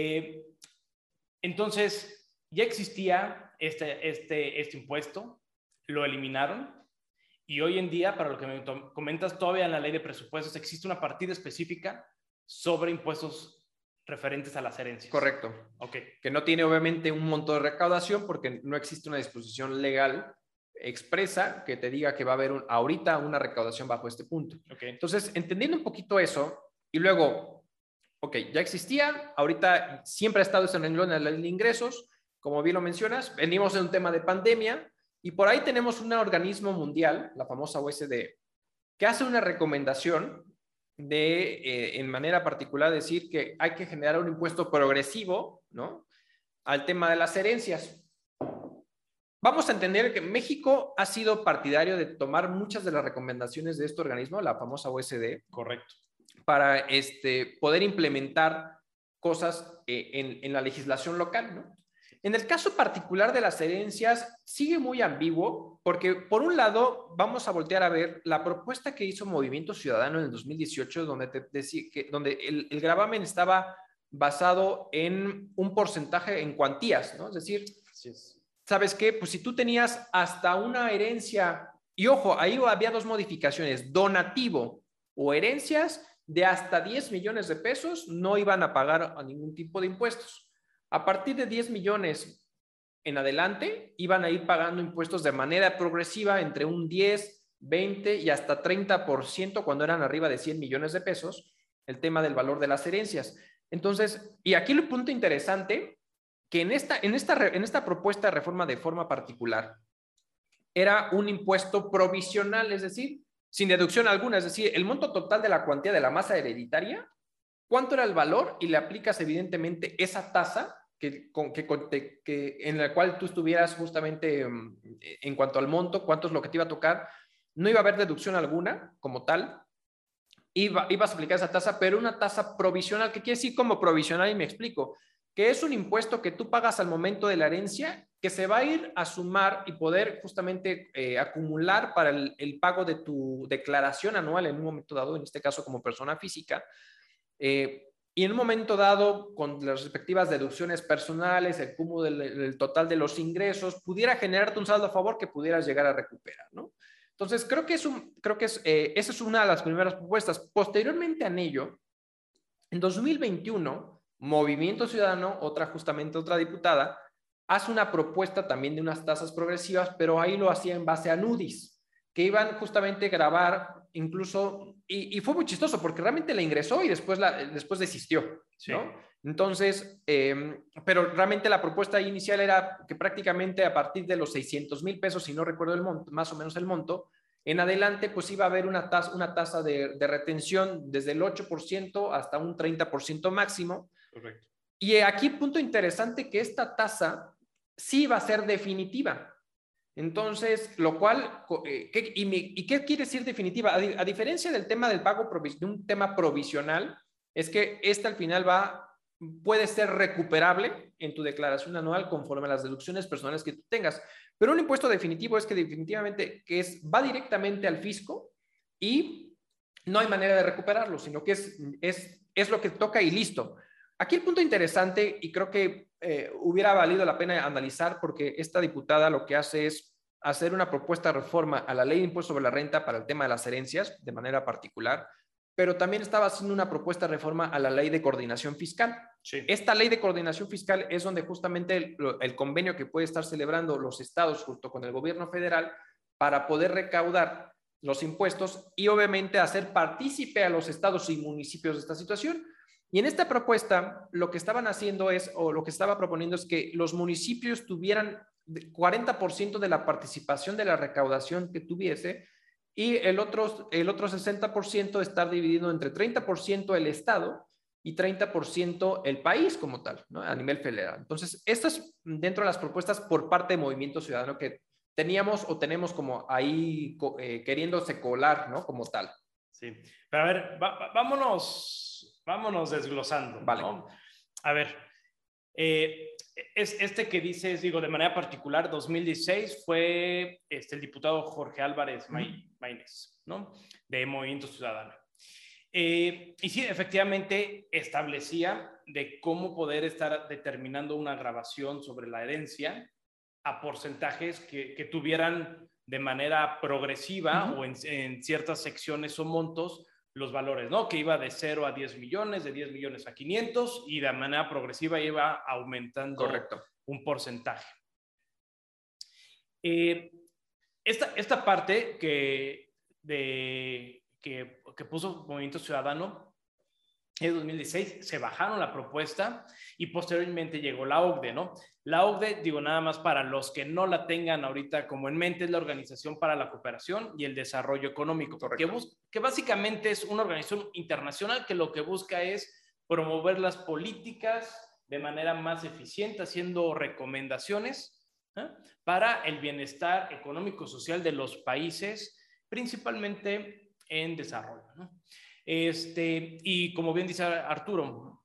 Entonces, ya existía este impuesto, lo eliminaron y hoy en día, para lo que me comentas, todavía en la ley de presupuestos existe una partida específica sobre impuestos referentes a las herencias. Correcto. Okay. Que no tiene obviamente un monto de recaudación porque no existe una disposición legal expresa que te diga que va a haber ahorita una recaudación bajo este punto. Okay. Entonces, entendiendo un poquito eso y luego, ya existía, ahorita siempre ha estado ese renglón en la ley de ingresos, como bien lo mencionas, venimos de un tema de pandemia y por ahí tenemos un organismo mundial, la famosa OSD, que hace una recomendación en manera particular decir que hay que generar un impuesto progresivo, ¿no? Al tema de las herencias. Vamos a entender que México ha sido partidario de tomar muchas de las recomendaciones de este organismo, la famosa OSD. Correcto. Para poder implementar cosas en la legislación local, ¿no? En el caso particular de las herencias, sigue muy ambiguo, porque por un lado vamos a voltear a ver la propuesta que hizo Movimiento Ciudadano en el 2018, donde el gravamen estaba basado en un porcentaje en cuantías, ¿no? Es decir, ¿sabes qué? Pues si tú tenías hasta una herencia, y ojo, ahí había dos modificaciones, donativo o herencias de hasta 10 millones de pesos, no iban a pagar a ningún tipo de impuestos. A partir de 10 millones en adelante, iban a ir pagando impuestos de manera progresiva entre un 10, 20 y hasta 30% cuando eran arriba de 100 millones de pesos, el tema del valor de las herencias. Entonces, y aquí el punto interesante, que en esta propuesta de reforma de forma particular, era un impuesto provisional, es decir, sin deducción alguna, es decir, el monto total de la cuantía de la masa hereditaria, cuánto era el valor y le aplicas evidentemente esa tasa en la cual tú estuvieras justamente en cuanto al monto, cuánto es lo que te iba a tocar, no iba a haber deducción alguna como tal, ibas a aplicar esa tasa, pero una tasa provisional. ¿Qué quiere decir como provisional? Y me explico. Que es un impuesto que tú pagas al momento de la herencia, que se va a ir a sumar y poder justamente acumular para el pago de tu declaración anual en un momento dado, en este caso como persona física. Y en un momento dado, con las respectivas deducciones personales, el cúmulo del total de los ingresos, pudiera generarte un saldo a favor que pudieras llegar a recuperar, ¿no? Entonces, esa es una de las primeras propuestas. Posteriormente a ello, en 2021, Movimiento Ciudadano, justamente otra diputada, hace una propuesta también de unas tasas progresivas, pero ahí lo hacía en base a NUDIs, que iban justamente a grabar incluso, y fue muy chistoso porque realmente la ingresó y después desistió, sí. ¿no? Entonces, pero realmente la propuesta inicial era que prácticamente a partir de los 600,000 pesos, si no recuerdo el monto, más o menos el monto, en adelante pues iba a haber una tasa de retención desde el 8% hasta un 30% máximo. Correcto. Y aquí punto interesante que esta tasa sí va a ser definitiva. Entonces, lo cual, ¿y qué quiere decir definitiva? A diferencia del tema del pago, de un tema provisional, es que esta al final puede ser recuperable en tu declaración anual conforme a las deducciones personales que tú tengas. Pero un impuesto definitivo es que definitivamente va directamente al fisco y no hay manera de recuperarlo, sino que es lo que toca y listo. Aquí el punto interesante, y creo que hubiera valido la pena analizar, porque esta diputada lo que hace es hacer una propuesta de reforma a la ley de impuesto sobre la renta para el tema de las herencias, de manera particular, pero también estaba haciendo una propuesta de reforma a la ley de coordinación fiscal. Sí. Esta ley de coordinación fiscal es donde justamente el convenio que puede estar celebrando los estados junto con el gobierno federal para poder recaudar los impuestos y obviamente hacer partícipe a los estados y municipios de esta situación. Y en esta propuesta, lo que estaban haciendo o lo que estaba proponiendo es que los municipios tuvieran 40% de la participación de la recaudación que tuviese y el otro 60% estar dividido entre 30% el Estado y 30% el país como tal, ¿no? A nivel federal. Entonces, esto es dentro de las propuestas por parte de Movimiento Ciudadano que teníamos o tenemos como ahí queriéndose colar, ¿no? Como tal. Sí, pero a ver, vámonos desglosando, vale. ¿no? A ver, es que dices, digo, de manera particular, 2016 fue el diputado Jorge Álvarez Maínez, ¿no? De Movimiento Ciudadano. Y sí, efectivamente establecía de cómo poder estar determinando una grabación sobre la herencia a porcentajes que tuvieran de manera progresiva o en ciertas secciones o montos los valores, ¿no? Que iba de 0 a 10 millones, de 10 millones a 500 y de manera progresiva iba aumentando Correcto. un porcentaje. Esta parte que puso Movimiento Ciudadano en 2016 se bajaron la propuesta y posteriormente llegó la OCDE, ¿no? La OCDE, digo nada más para los que no la tengan ahorita como en mente, es la Organización para la Cooperación y el Desarrollo Económico, que básicamente es una organización internacional que lo que busca es promover las políticas de manera más eficiente, haciendo recomendaciones para el bienestar económico-social de los países, principalmente en desarrollo, ¿no? Y como bien dice Arturo,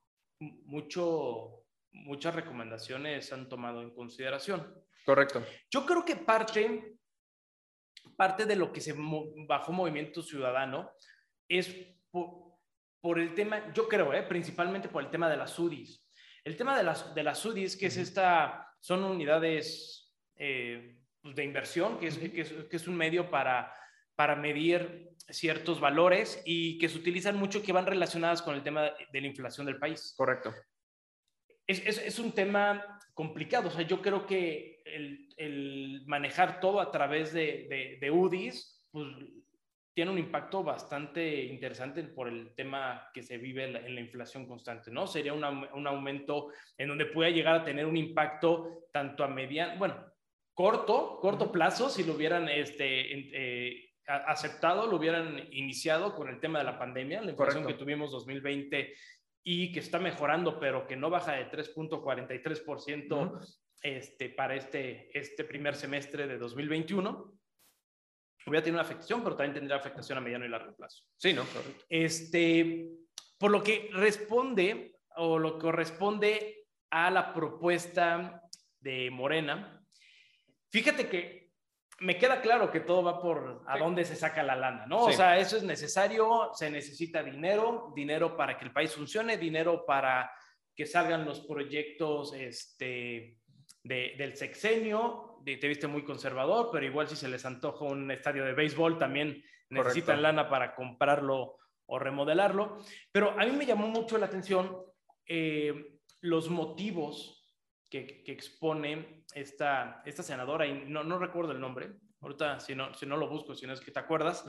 muchas recomendaciones se han tomado en consideración. Correcto. Yo creo que parte de lo que se bajó Movimiento Ciudadano es por el tema, yo creo, principalmente por el tema de las UDIs. El tema de las UDIs, que son unidades de inversión, que es un medio para medir ciertos valores y que se utilizan mucho, que van relacionadas con el tema de la inflación del país. Correcto. Es un tema complicado. O sea, yo creo que el manejar todo a través de UDIs, pues tiene un impacto bastante interesante por el tema que se vive en la inflación constante, ¿no? Sería un aumento en donde pueda llegar a tener un impacto tanto a mediano, bueno, corto plazo, si lo hubieran aceptado, lo hubieran iniciado con el tema de la pandemia, la inflación que tuvimos 2020 y que está mejorando, pero que no baja de 3.43% para este primer semestre de 2021. hubiera tenido una afectación, pero también tendría afectación a mediano y largo plazo. Sí, ¿no? Correcto. Por lo que responde o lo que corresponde a la propuesta de Morena, fíjate que me queda claro que todo va por a dónde se saca la lana, ¿no? Sí. O sea, eso es necesario, se necesita dinero, dinero para que el país funcione, dinero para que salgan los proyectos del sexenio. Te viste muy conservador, pero igual si se les antoja un estadio de béisbol, también necesitan Correcto. lana para comprarlo o remodelarlo. Pero a mí me llamó mucho la atención los motivos que expone esta senadora, y no recuerdo el nombre, ahorita si no lo busco, si no es que te acuerdas,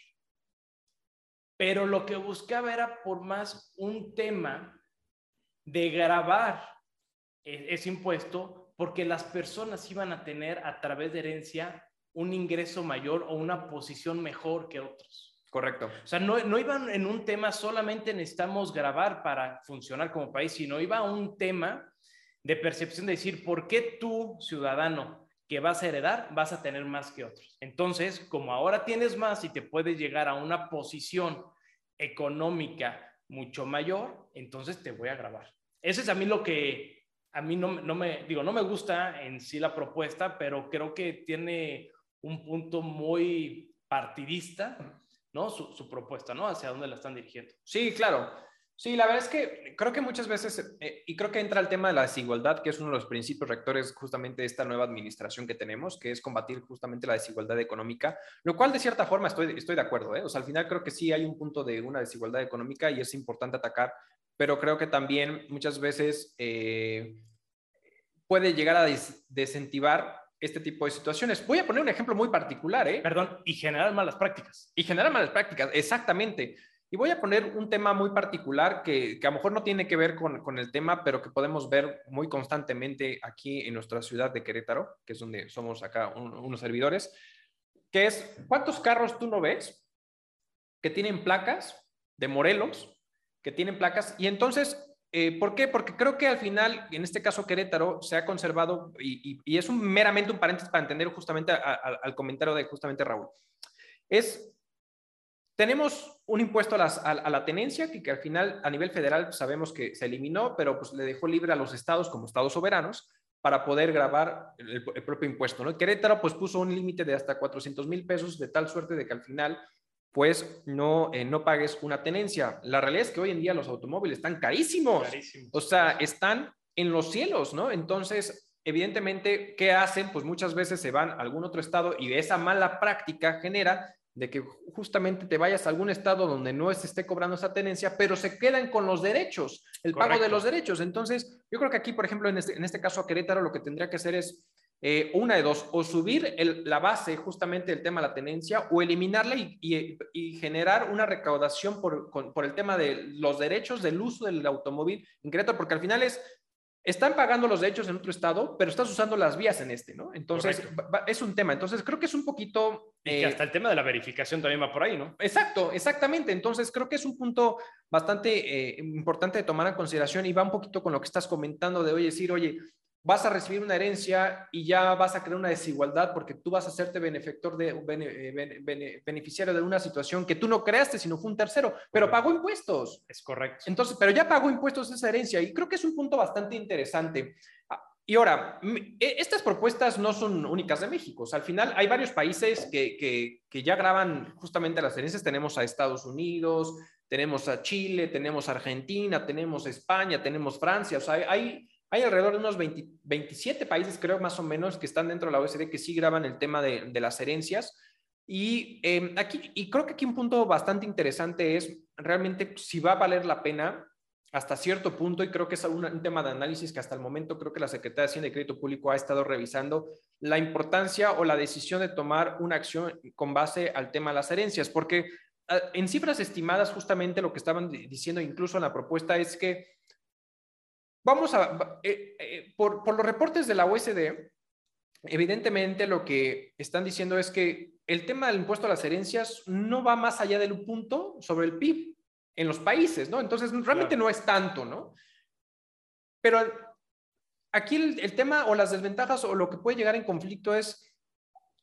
pero lo que buscaba era por más un tema de gravar ese impuesto, porque las personas iban a tener a través de herencia un ingreso mayor o una posición mejor que otros. Correcto. O sea, no iban en un tema solamente necesitamos grabar para funcionar como país, sino iba a un tema de percepción de decir, ¿por qué tú, ciudadano, que vas a heredar, vas a tener más que otros? Entonces, como ahora tienes más y te puedes llegar a una posición económica mucho mayor, entonces te voy a grabar. Eso es a mí lo que, a mí no me gusta en sí la propuesta, pero creo que tiene un punto muy partidista, ¿no? Su propuesta, ¿no? Hacia dónde la están dirigiendo. Sí, claro. Sí, la verdad es que creo que muchas veces, y creo que entra el tema de la desigualdad, que es uno de los principios rectores justamente de esta nueva administración que tenemos, que es combatir justamente la desigualdad económica, lo cual de cierta forma estoy de acuerdo, ¿eh? O sea, al final creo que sí hay un punto de una desigualdad económica y es importante atacar, pero creo que también muchas veces puede llegar a desincentivar este tipo de situaciones. Voy a poner un ejemplo muy particular, ¿eh? Perdón, y generar malas prácticas. Y generar malas prácticas, exactamente. Y voy a poner un tema muy particular que a lo mejor no tiene que ver con el tema, pero que podemos ver muy constantemente aquí en nuestra ciudad de Querétaro, que es donde somos acá unos servidores, que es, ¿cuántos carros tú no ves que tienen placas de Morelos, que tienen placas? Y entonces, ¿por qué? Porque creo que al final, en este caso Querétaro, se ha conservado, y es meramente un paréntesis para entender justamente al comentario de justamente Raúl, tenemos un impuesto a la tenencia que al final a nivel federal sabemos que se eliminó, pero pues le dejó libre a los estados como estados soberanos para poder grabar el propio impuesto, ¿no? Querétaro pues puso un límite de hasta 400,000 pesos de tal suerte de que al final pues no pagues una tenencia. La realidad es que hoy en día los automóviles están carísimos. Carísimos. O sea, están en los cielos, ¿no? Entonces, evidentemente, ¿qué hacen? Pues muchas veces se van a algún otro estado y esa mala práctica genera de que justamente te vayas a algún estado donde no se esté cobrando esa tenencia, pero se quedan con los derechos, el Correcto. pago de los derechos. Entonces, yo creo que aquí, por ejemplo, en este caso a Querétaro, lo que tendría que hacer es una de dos, o subir la base justamente del tema de la tenencia, o eliminarla y generar una recaudación por el tema de los derechos del uso del automóvil en Querétaro, porque al final están pagando los derechos en otro estado, pero estás usando las vías en este, ¿no? Entonces, es un tema. Entonces, creo que es un poquito... Y que hasta el tema de la verificación también va por ahí, ¿no? Exacto, exactamente. Entonces, creo que es un punto bastante importante de tomar en consideración y va un poquito con lo que estás comentando de, decir, oye, vas a recibir una herencia y ya vas a crear una desigualdad porque tú vas a hacerte beneficiario de una situación que tú no creaste, sino fue un tercero, pero pagó impuestos. Es correcto. Entonces, pero ya pagó impuestos esa herencia y creo que es un punto bastante interesante. Y ahora, estas propuestas no son únicas de México. O sea, al final hay varios países que ya graban justamente las herencias. Tenemos a Estados Unidos, tenemos a Chile, tenemos a Argentina, tenemos a España, tenemos Francia. O sea, hay alrededor de unos 27 países, creo, más o menos, que están dentro de la OECD que sí graban el tema de las herencias. Y creo que aquí un punto bastante interesante es realmente si va a valer la pena hasta cierto punto, y creo que es un tema de análisis que hasta el momento creo que la Secretaría de Hacienda y Crédito Público ha estado revisando la importancia o la decisión de tomar una acción con base al tema de las herencias, porque en cifras estimadas justamente lo que estaban diciendo incluso en la propuesta es que por los reportes de la OECD, evidentemente lo que están diciendo es que el tema del impuesto a las herencias no va más allá del punto sobre el PIB en los países, ¿no? Entonces, realmente no es tanto, ¿no? Pero aquí el tema o las desventajas o lo que puede llegar en conflicto es,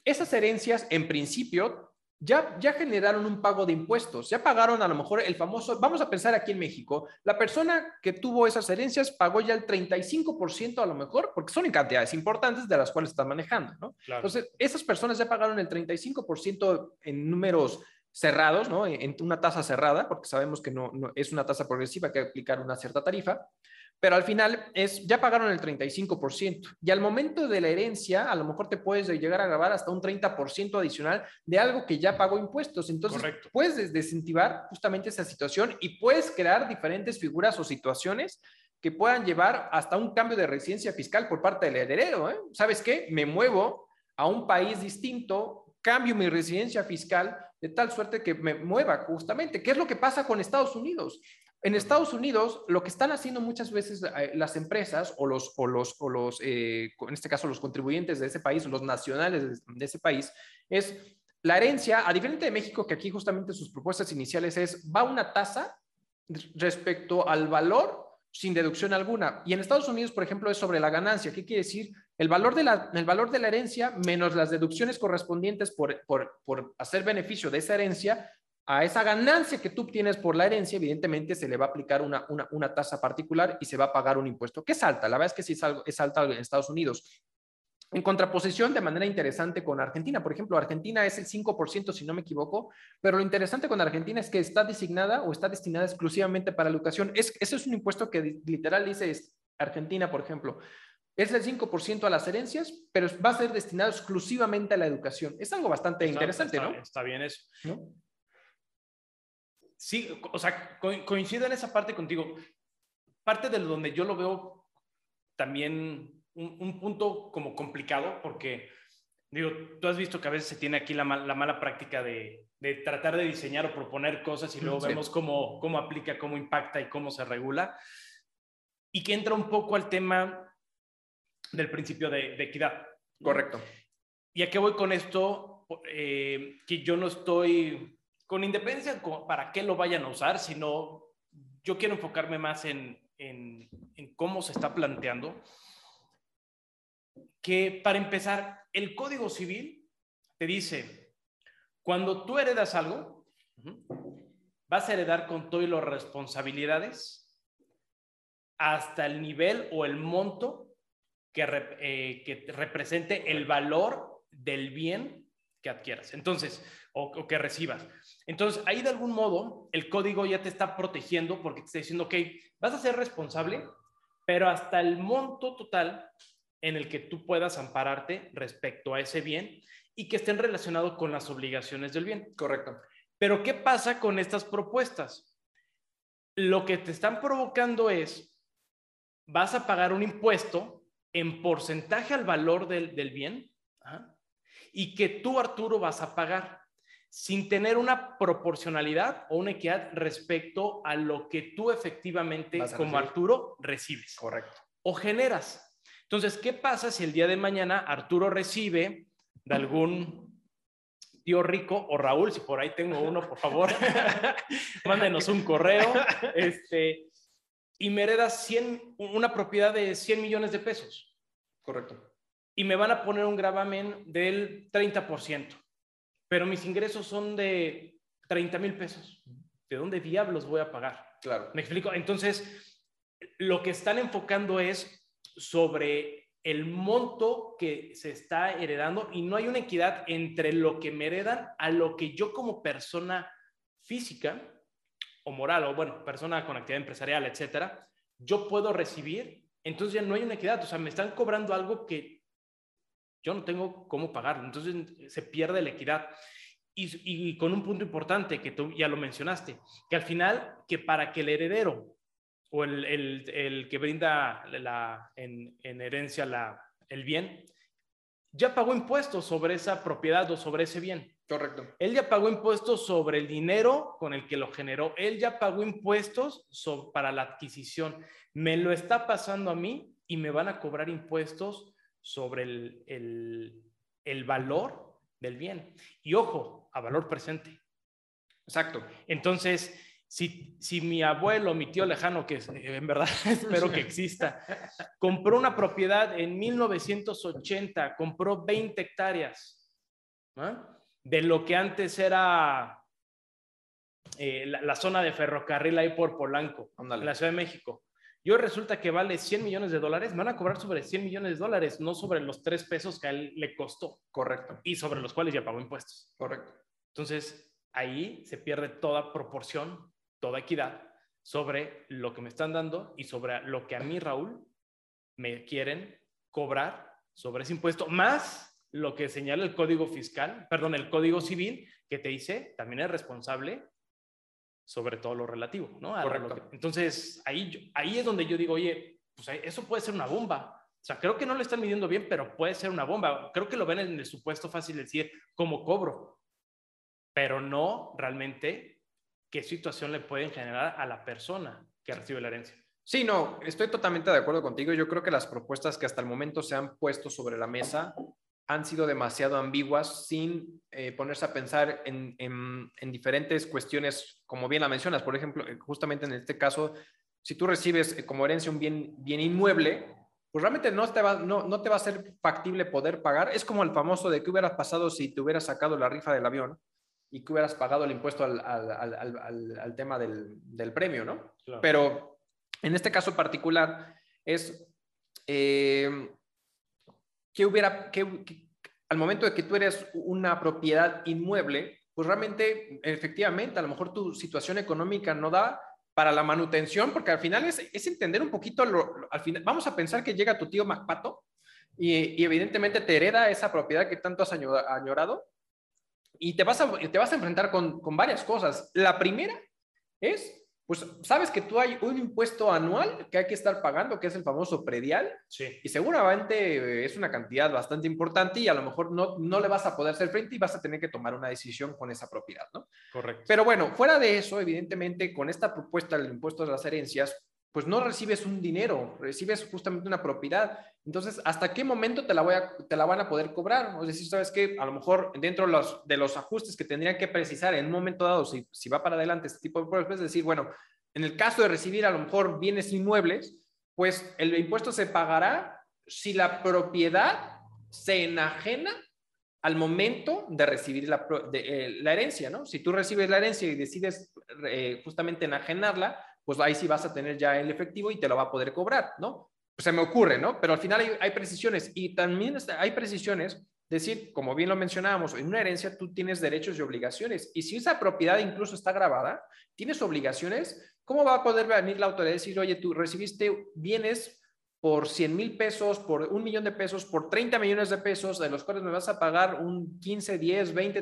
esas herencias, en principio, ya generaron un pago de impuestos, ya pagaron a lo mejor el famoso, vamos a pensar aquí en México, la persona que tuvo esas herencias pagó ya el 35% a lo mejor, porque son en cantidades importantes de las cuales están manejando, ¿no? Claro. Entonces, esas personas ya pagaron el 35% en números cerrados, ¿no? En una tasa cerrada, porque sabemos que no es una tasa progresiva, que hay que aplicar una cierta tarifa, pero al final ya pagaron el 35%. Y al momento de la herencia, a lo mejor te puedes llegar a grabar hasta un 30% adicional de algo que ya pagó impuestos. Entonces, correcto, puedes desincentivar justamente esa situación y puedes crear diferentes figuras o situaciones que puedan llevar hasta un cambio de residencia fiscal por parte del heredero, ¿eh? ¿Sabes qué? Me muevo a un país distinto, cambio mi residencia fiscal de tal suerte que me mueva justamente. ¿Qué es lo que pasa con Estados Unidos? En Estados Unidos, lo que están haciendo muchas veces las empresas en este caso los contribuyentes de ese país, o los nacionales de ese país, es la herencia, a diferencia de México, que aquí justamente sus propuestas iniciales va una tasa respecto al valor sin deducción alguna. Y en Estados Unidos, por ejemplo, es sobre la ganancia. ¿Qué quiere decir? El valor de la herencia menos las deducciones correspondientes por hacer beneficio de esa herencia. A esa ganancia que tú obtienes por la herencia, evidentemente se le va a aplicar una tasa particular y se va a pagar un impuesto que es alta. La verdad es que sí es alta en Estados Unidos. En contraposición, de manera interesante con Argentina. Por ejemplo, Argentina es el 5%, si no me equivoco, pero lo interesante con Argentina es que está designada o está destinada exclusivamente para la educación. Ese es un impuesto que literal dice Argentina, por ejemplo. Es el 5% a las herencias, pero va a ser destinado exclusivamente a la educación. Es algo bastante interesante, ¿no? Está bien eso. ¿No? Sí, o sea, coincido en esa parte contigo. Parte de donde yo lo veo también un punto como complicado, porque, digo, tú has visto que a veces se tiene aquí la mala práctica de tratar de diseñar o proponer cosas y luego vemos cómo aplica, cómo impacta y cómo se regula, y que entra un poco al tema del principio de equidad. Correcto. ¿Y a qué voy con esto? Que yo no estoy con independencia para qué lo vayan a usar, sino yo quiero enfocarme más en cómo se está planteando. Que para empezar, el Código Civil te dice, cuando tú heredas algo, vas a heredar con todo y las responsabilidades hasta el nivel o el monto que represente el valor del bien que adquieras. Entonces, o que recibas. Entonces, ahí de algún modo, el código ya te está protegiendo porque te está diciendo, ok, vas a ser responsable, pero hasta el monto total en el que tú puedas ampararte respecto a ese bien y que estén relacionados con las obligaciones del bien. Correcto. Pero, ¿qué pasa con estas propuestas? Lo que te están provocando es, vas a pagar un impuesto en porcentaje al valor del bien, y que tú, Arturo, vas a pagar sin tener una proporcionalidad o una equidad respecto a lo que tú efectivamente, como Arturo, recibes. Correcto. O generas. Entonces, ¿qué pasa si el día de mañana Arturo recibe de algún tío rico, o Raúl, si por ahí tengo uno, por favor, mándenos un correo, y me heredas una propiedad de 100 millones de pesos? Correcto. Y me van a poner un gravamen del 30%, pero mis ingresos son de 30,000 pesos. ¿De dónde diablos voy a pagar? Claro. ¿Me explico? Entonces, lo que están enfocando es sobre el monto que se está heredando y no hay una equidad entre lo que me heredan a lo que yo como persona física o moral, o bueno, persona con actividad empresarial, etcétera, yo puedo recibir. Entonces ya no hay una equidad. O sea, me están cobrando algo que yo no tengo cómo pagarlo. Entonces se pierde la equidad. Y con un punto importante que tú ya lo mencionaste, que al final, que para que el heredero o el que brinda en herencia el bien, ya pagó impuestos sobre esa propiedad o sobre ese bien. Correcto. Él ya pagó impuestos sobre el dinero con el que lo generó. Él ya pagó impuestos para la adquisición. Me lo está pasando a mí y me van a cobrar impuestos sobre el valor del bien. Y ojo, a valor presente. Exacto. Entonces, si mi abuelo, mi tío lejano, que en verdad espero que exista, compró una propiedad en 1980, compró 20 hectáreas ¿ah? De lo que antes era la zona de ferrocarril ahí por Polanco, Ándale. en la Ciudad de México. Y hoy resulta que vale $100 millones, me van a cobrar sobre $100 millones, no sobre los 3 pesos que a él le costó. Correcto. Y sobre los cuales ya pagó impuestos. Correcto. Entonces, ahí se pierde toda proporción, toda equidad sobre lo que me están dando y sobre lo que a mí, Raúl, me quieren cobrar sobre ese impuesto, más lo que señala el Código Fiscal, perdón, el Código Civil, que te dice, también es responsable sobre todo lo relativo, ¿no? Correcto. Entonces, ahí es donde yo digo, oye, pues eso puede ser una bomba. O sea, creo que no lo están midiendo bien, pero puede ser una bomba. Creo que lo ven en el supuesto fácil de decir, ¿cómo cobro? Pero no realmente qué situación le pueden generar a la persona que recibe la herencia. Sí, no, estoy totalmente de acuerdo contigo. Yo creo que las propuestas que hasta el momento se han puesto sobre la mesa han sido demasiado ambiguas sin ponerse a pensar en diferentes cuestiones, como bien la mencionas. Por ejemplo, justamente en este caso, si tú recibes como herencia un bien inmueble, pues realmente no te va a ser factible poder pagar. Es como el famoso de qué hubieras pasado si te hubieras sacado la rifa del avión y que hubieras pagado el impuesto al tema del premio, ¿no? Claro. Pero en este caso particular es... al momento de que tú eres una propiedad inmueble, pues realmente, efectivamente, a lo mejor tu situación económica no da para la manutención, porque al final es entender un poquito, al final, vamos a pensar que llega tu tío MacPato y evidentemente te hereda esa propiedad que tanto has añorado y te vas a enfrentar con varias cosas. La primera es... Pues sabes que tú hay un impuesto anual que hay que estar pagando, que es el famoso predial, sí. Y seguramente es una cantidad bastante importante y a lo mejor no le vas a poder hacer frente y vas a tener que tomar una decisión con esa propiedad, ¿no? Correcto. Pero bueno, fuera de eso, evidentemente, con esta propuesta del impuesto a las herencias, pues no recibes un dinero, recibes justamente una propiedad. Entonces, ¿hasta qué momento te la van a poder cobrar? Es decir, ¿sabes qué? A lo mejor dentro de los ajustes que tendrían que precisar en un momento dado, si va para adelante este tipo de pruebas, es decir, bueno, en el caso de recibir a lo mejor bienes inmuebles, pues el impuesto se pagará si la propiedad se enajena al momento de recibir la herencia, ¿no? Si tú recibes la herencia y decides justamente enajenarla, pues ahí sí vas a tener ya el efectivo y te lo va a poder cobrar, ¿no? Pues se me ocurre, ¿no? Pero al final hay precisiones y también hay precisiones, decir, como bien lo mencionábamos, en una herencia tú tienes derechos y obligaciones y si esa propiedad incluso está grabada, tienes obligaciones, ¿cómo va a poder venir la autoridad y decir, oye, tú recibiste bienes por 100,000 pesos, por 1,000,000 de pesos, por 30 millones de pesos, de los cuales me vas a pagar un 15, 10, 20,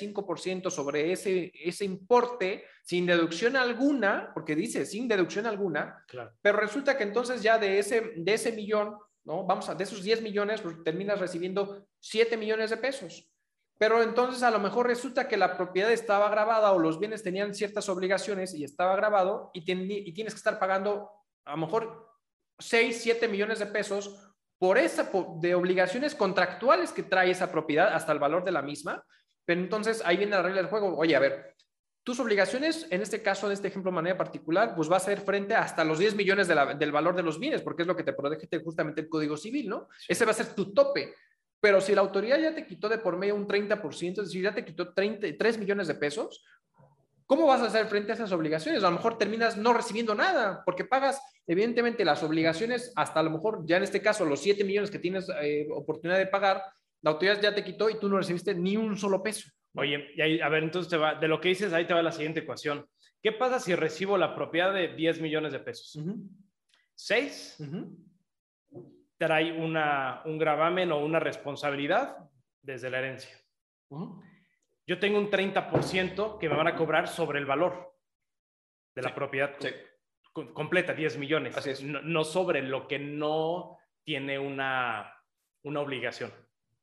35% sobre ese importe sin deducción alguna, porque dice sin deducción alguna, claro. Pero resulta que entonces ya de ese millón, ¿no? De esos 10 millones, pues terminas recibiendo 7 millones de pesos. Pero entonces a lo mejor resulta que la propiedad estaba grabada o los bienes tenían ciertas obligaciones y estaba grabado y tienes que estar pagando a lo mejor 6, 7 millones de pesos de obligaciones contractuales que trae esa propiedad hasta el valor de la misma. Pero entonces ahí viene la regla del juego. Oye, a ver, tus obligaciones, en este caso, en este ejemplo de manera particular, pues va a ser frente hasta los 10 millones del valor de los bienes, porque es lo que te protege justamente el Código Civil, ¿no? Sí. Ese va a ser tu tope. Pero si la autoridad ya te quitó de por medio un 30%, es decir, ya te quitó 3 millones de pesos, ¿cómo vas a hacer frente a esas obligaciones? A lo mejor terminas no recibiendo nada, porque pagas, evidentemente, las obligaciones hasta a lo mejor, ya en este caso, los 7 millones que tienes oportunidad de pagar, la autoridad ya te quitó y tú no recibiste ni un solo peso. Oye, y ahí, a ver, entonces de lo que dices, ahí te va la siguiente ecuación. ¿Qué pasa si recibo la propiedad de 10 millones de pesos? 6 trae un gravamen o una responsabilidad desde la herencia. Yo tengo un 30% que me van a cobrar sobre el valor de la propiedad completa, 10 millones. Así es. No sobre lo que no tiene una obligación.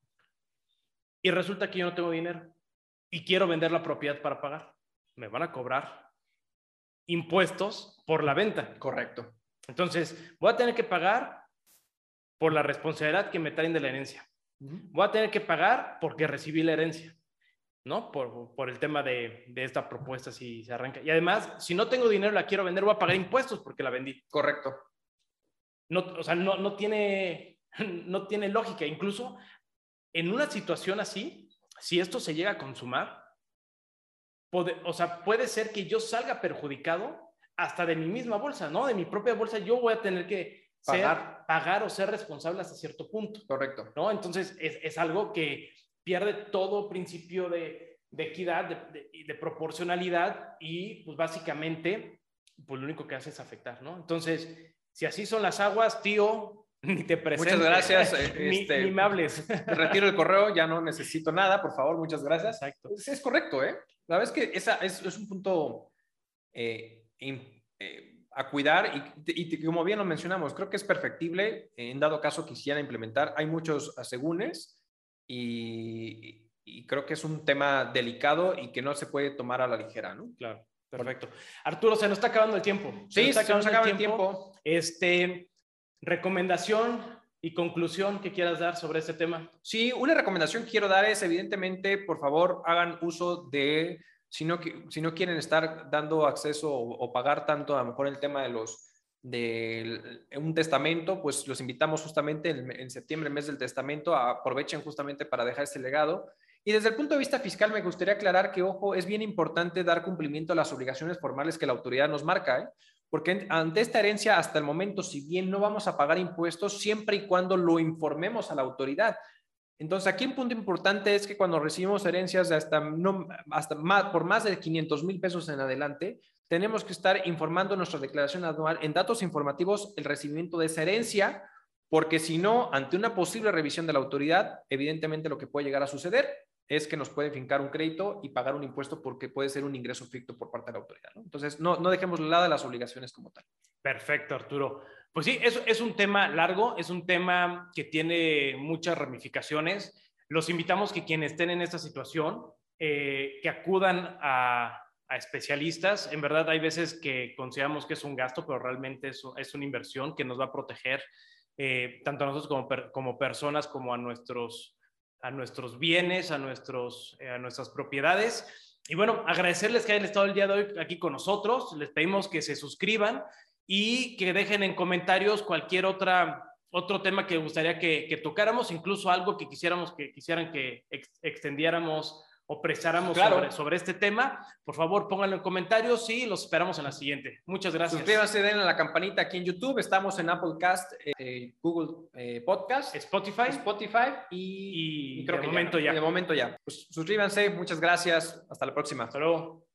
Y resulta que yo no tengo dinero y quiero vender la propiedad para pagar. Me van a cobrar impuestos por la venta. Correcto. Entonces, voy a tener que pagar por la responsabilidad que me traen de la herencia. Voy a tener que pagar porque recibí la herencia, ¿no? Por el tema de esta propuesta si se arranca. Y además, si no tengo dinero, la quiero vender, voy a pagar impuestos porque la vendí. Correcto. No, o sea, no tiene lógica. Incluso en una situación así, si esto se llega a consumar, puede ser que yo salga perjudicado hasta de mi misma bolsa, ¿no? De mi propia bolsa, yo voy a tener que pagar o ser responsable hasta cierto punto. Correcto. ¿No? Entonces, es algo que pierde todo principio de equidad, de proporcionalidad y, pues, básicamente, pues, lo único que hace es afectar, ¿no? Entonces, si así son las aguas, tío, ni te presentes. Muchas gracias. ni me hables. Retiro el correo, ya no necesito nada, por favor, muchas gracias. Exacto. Es correcto, ¿eh? La verdad es que es un punto a cuidar y como bien lo mencionamos, creo que es perfectible en dado caso quisiera implementar. Hay muchos asegúnes y creo que es un tema delicado y que no se puede tomar a la ligera, ¿no? Claro, perfecto. Arturo, se nos está acabando el tiempo. Sí, se nos acaba el tiempo. Recomendación y conclusión que quieras dar sobre este tema. Sí, una recomendación que quiero dar es, evidentemente, por favor, hagan uso de, si no quieren estar dando acceso o pagar tanto, a lo mejor el tema de un testamento, pues los invitamos justamente en septiembre, el mes del testamento, aprovechen justamente para dejar este legado. Y desde el punto de vista fiscal me gustaría aclarar que, ojo, es bien importante dar cumplimiento a las obligaciones formales que la autoridad nos marca, ¿eh? Porque ante esta herencia, hasta el momento, si bien no vamos a pagar impuestos, siempre y cuando lo informemos a la autoridad. Entonces, aquí un punto importante es que cuando recibimos herencias por más de 500,000 pesos en adelante, tenemos que estar informando nuestra declaración anual en datos informativos el recibimiento de esa herencia, porque si no, ante una posible revisión de la autoridad, evidentemente lo que puede llegar a suceder es que nos pueden fincar un crédito y pagar un impuesto porque puede ser un ingreso ficto por parte de la autoridad, ¿no? Entonces, no dejemos de lado las obligaciones como tal. Perfecto, Arturo. Pues sí, es un tema largo, es un tema que tiene muchas ramificaciones. Los invitamos que quienes estén en esta situación, que acudan a especialistas. En verdad, hay veces que consideramos que es un gasto, pero realmente es una inversión que nos va a proteger tanto a nosotros como personas, como a nuestros bienes, a nuestras propiedades. Y bueno, agradecerles que hayan estado el día de hoy aquí con nosotros. Les pedimos que se suscriban y que dejen en comentarios cualquier otro tema que gustaría que tocáramos, incluso algo que quisieran que extendiéramos o prestáramos sobre este tema. Por favor, pónganlo en comentarios y los esperamos en la siguiente. Muchas gracias. Suscríbanse, den a la campanita aquí en YouTube. Estamos en Apple Cast, Google Podcast, Spotify y creo que de momento ya. De momento ya. Pues suscríbanse. Muchas gracias. Hasta la próxima. Hasta luego.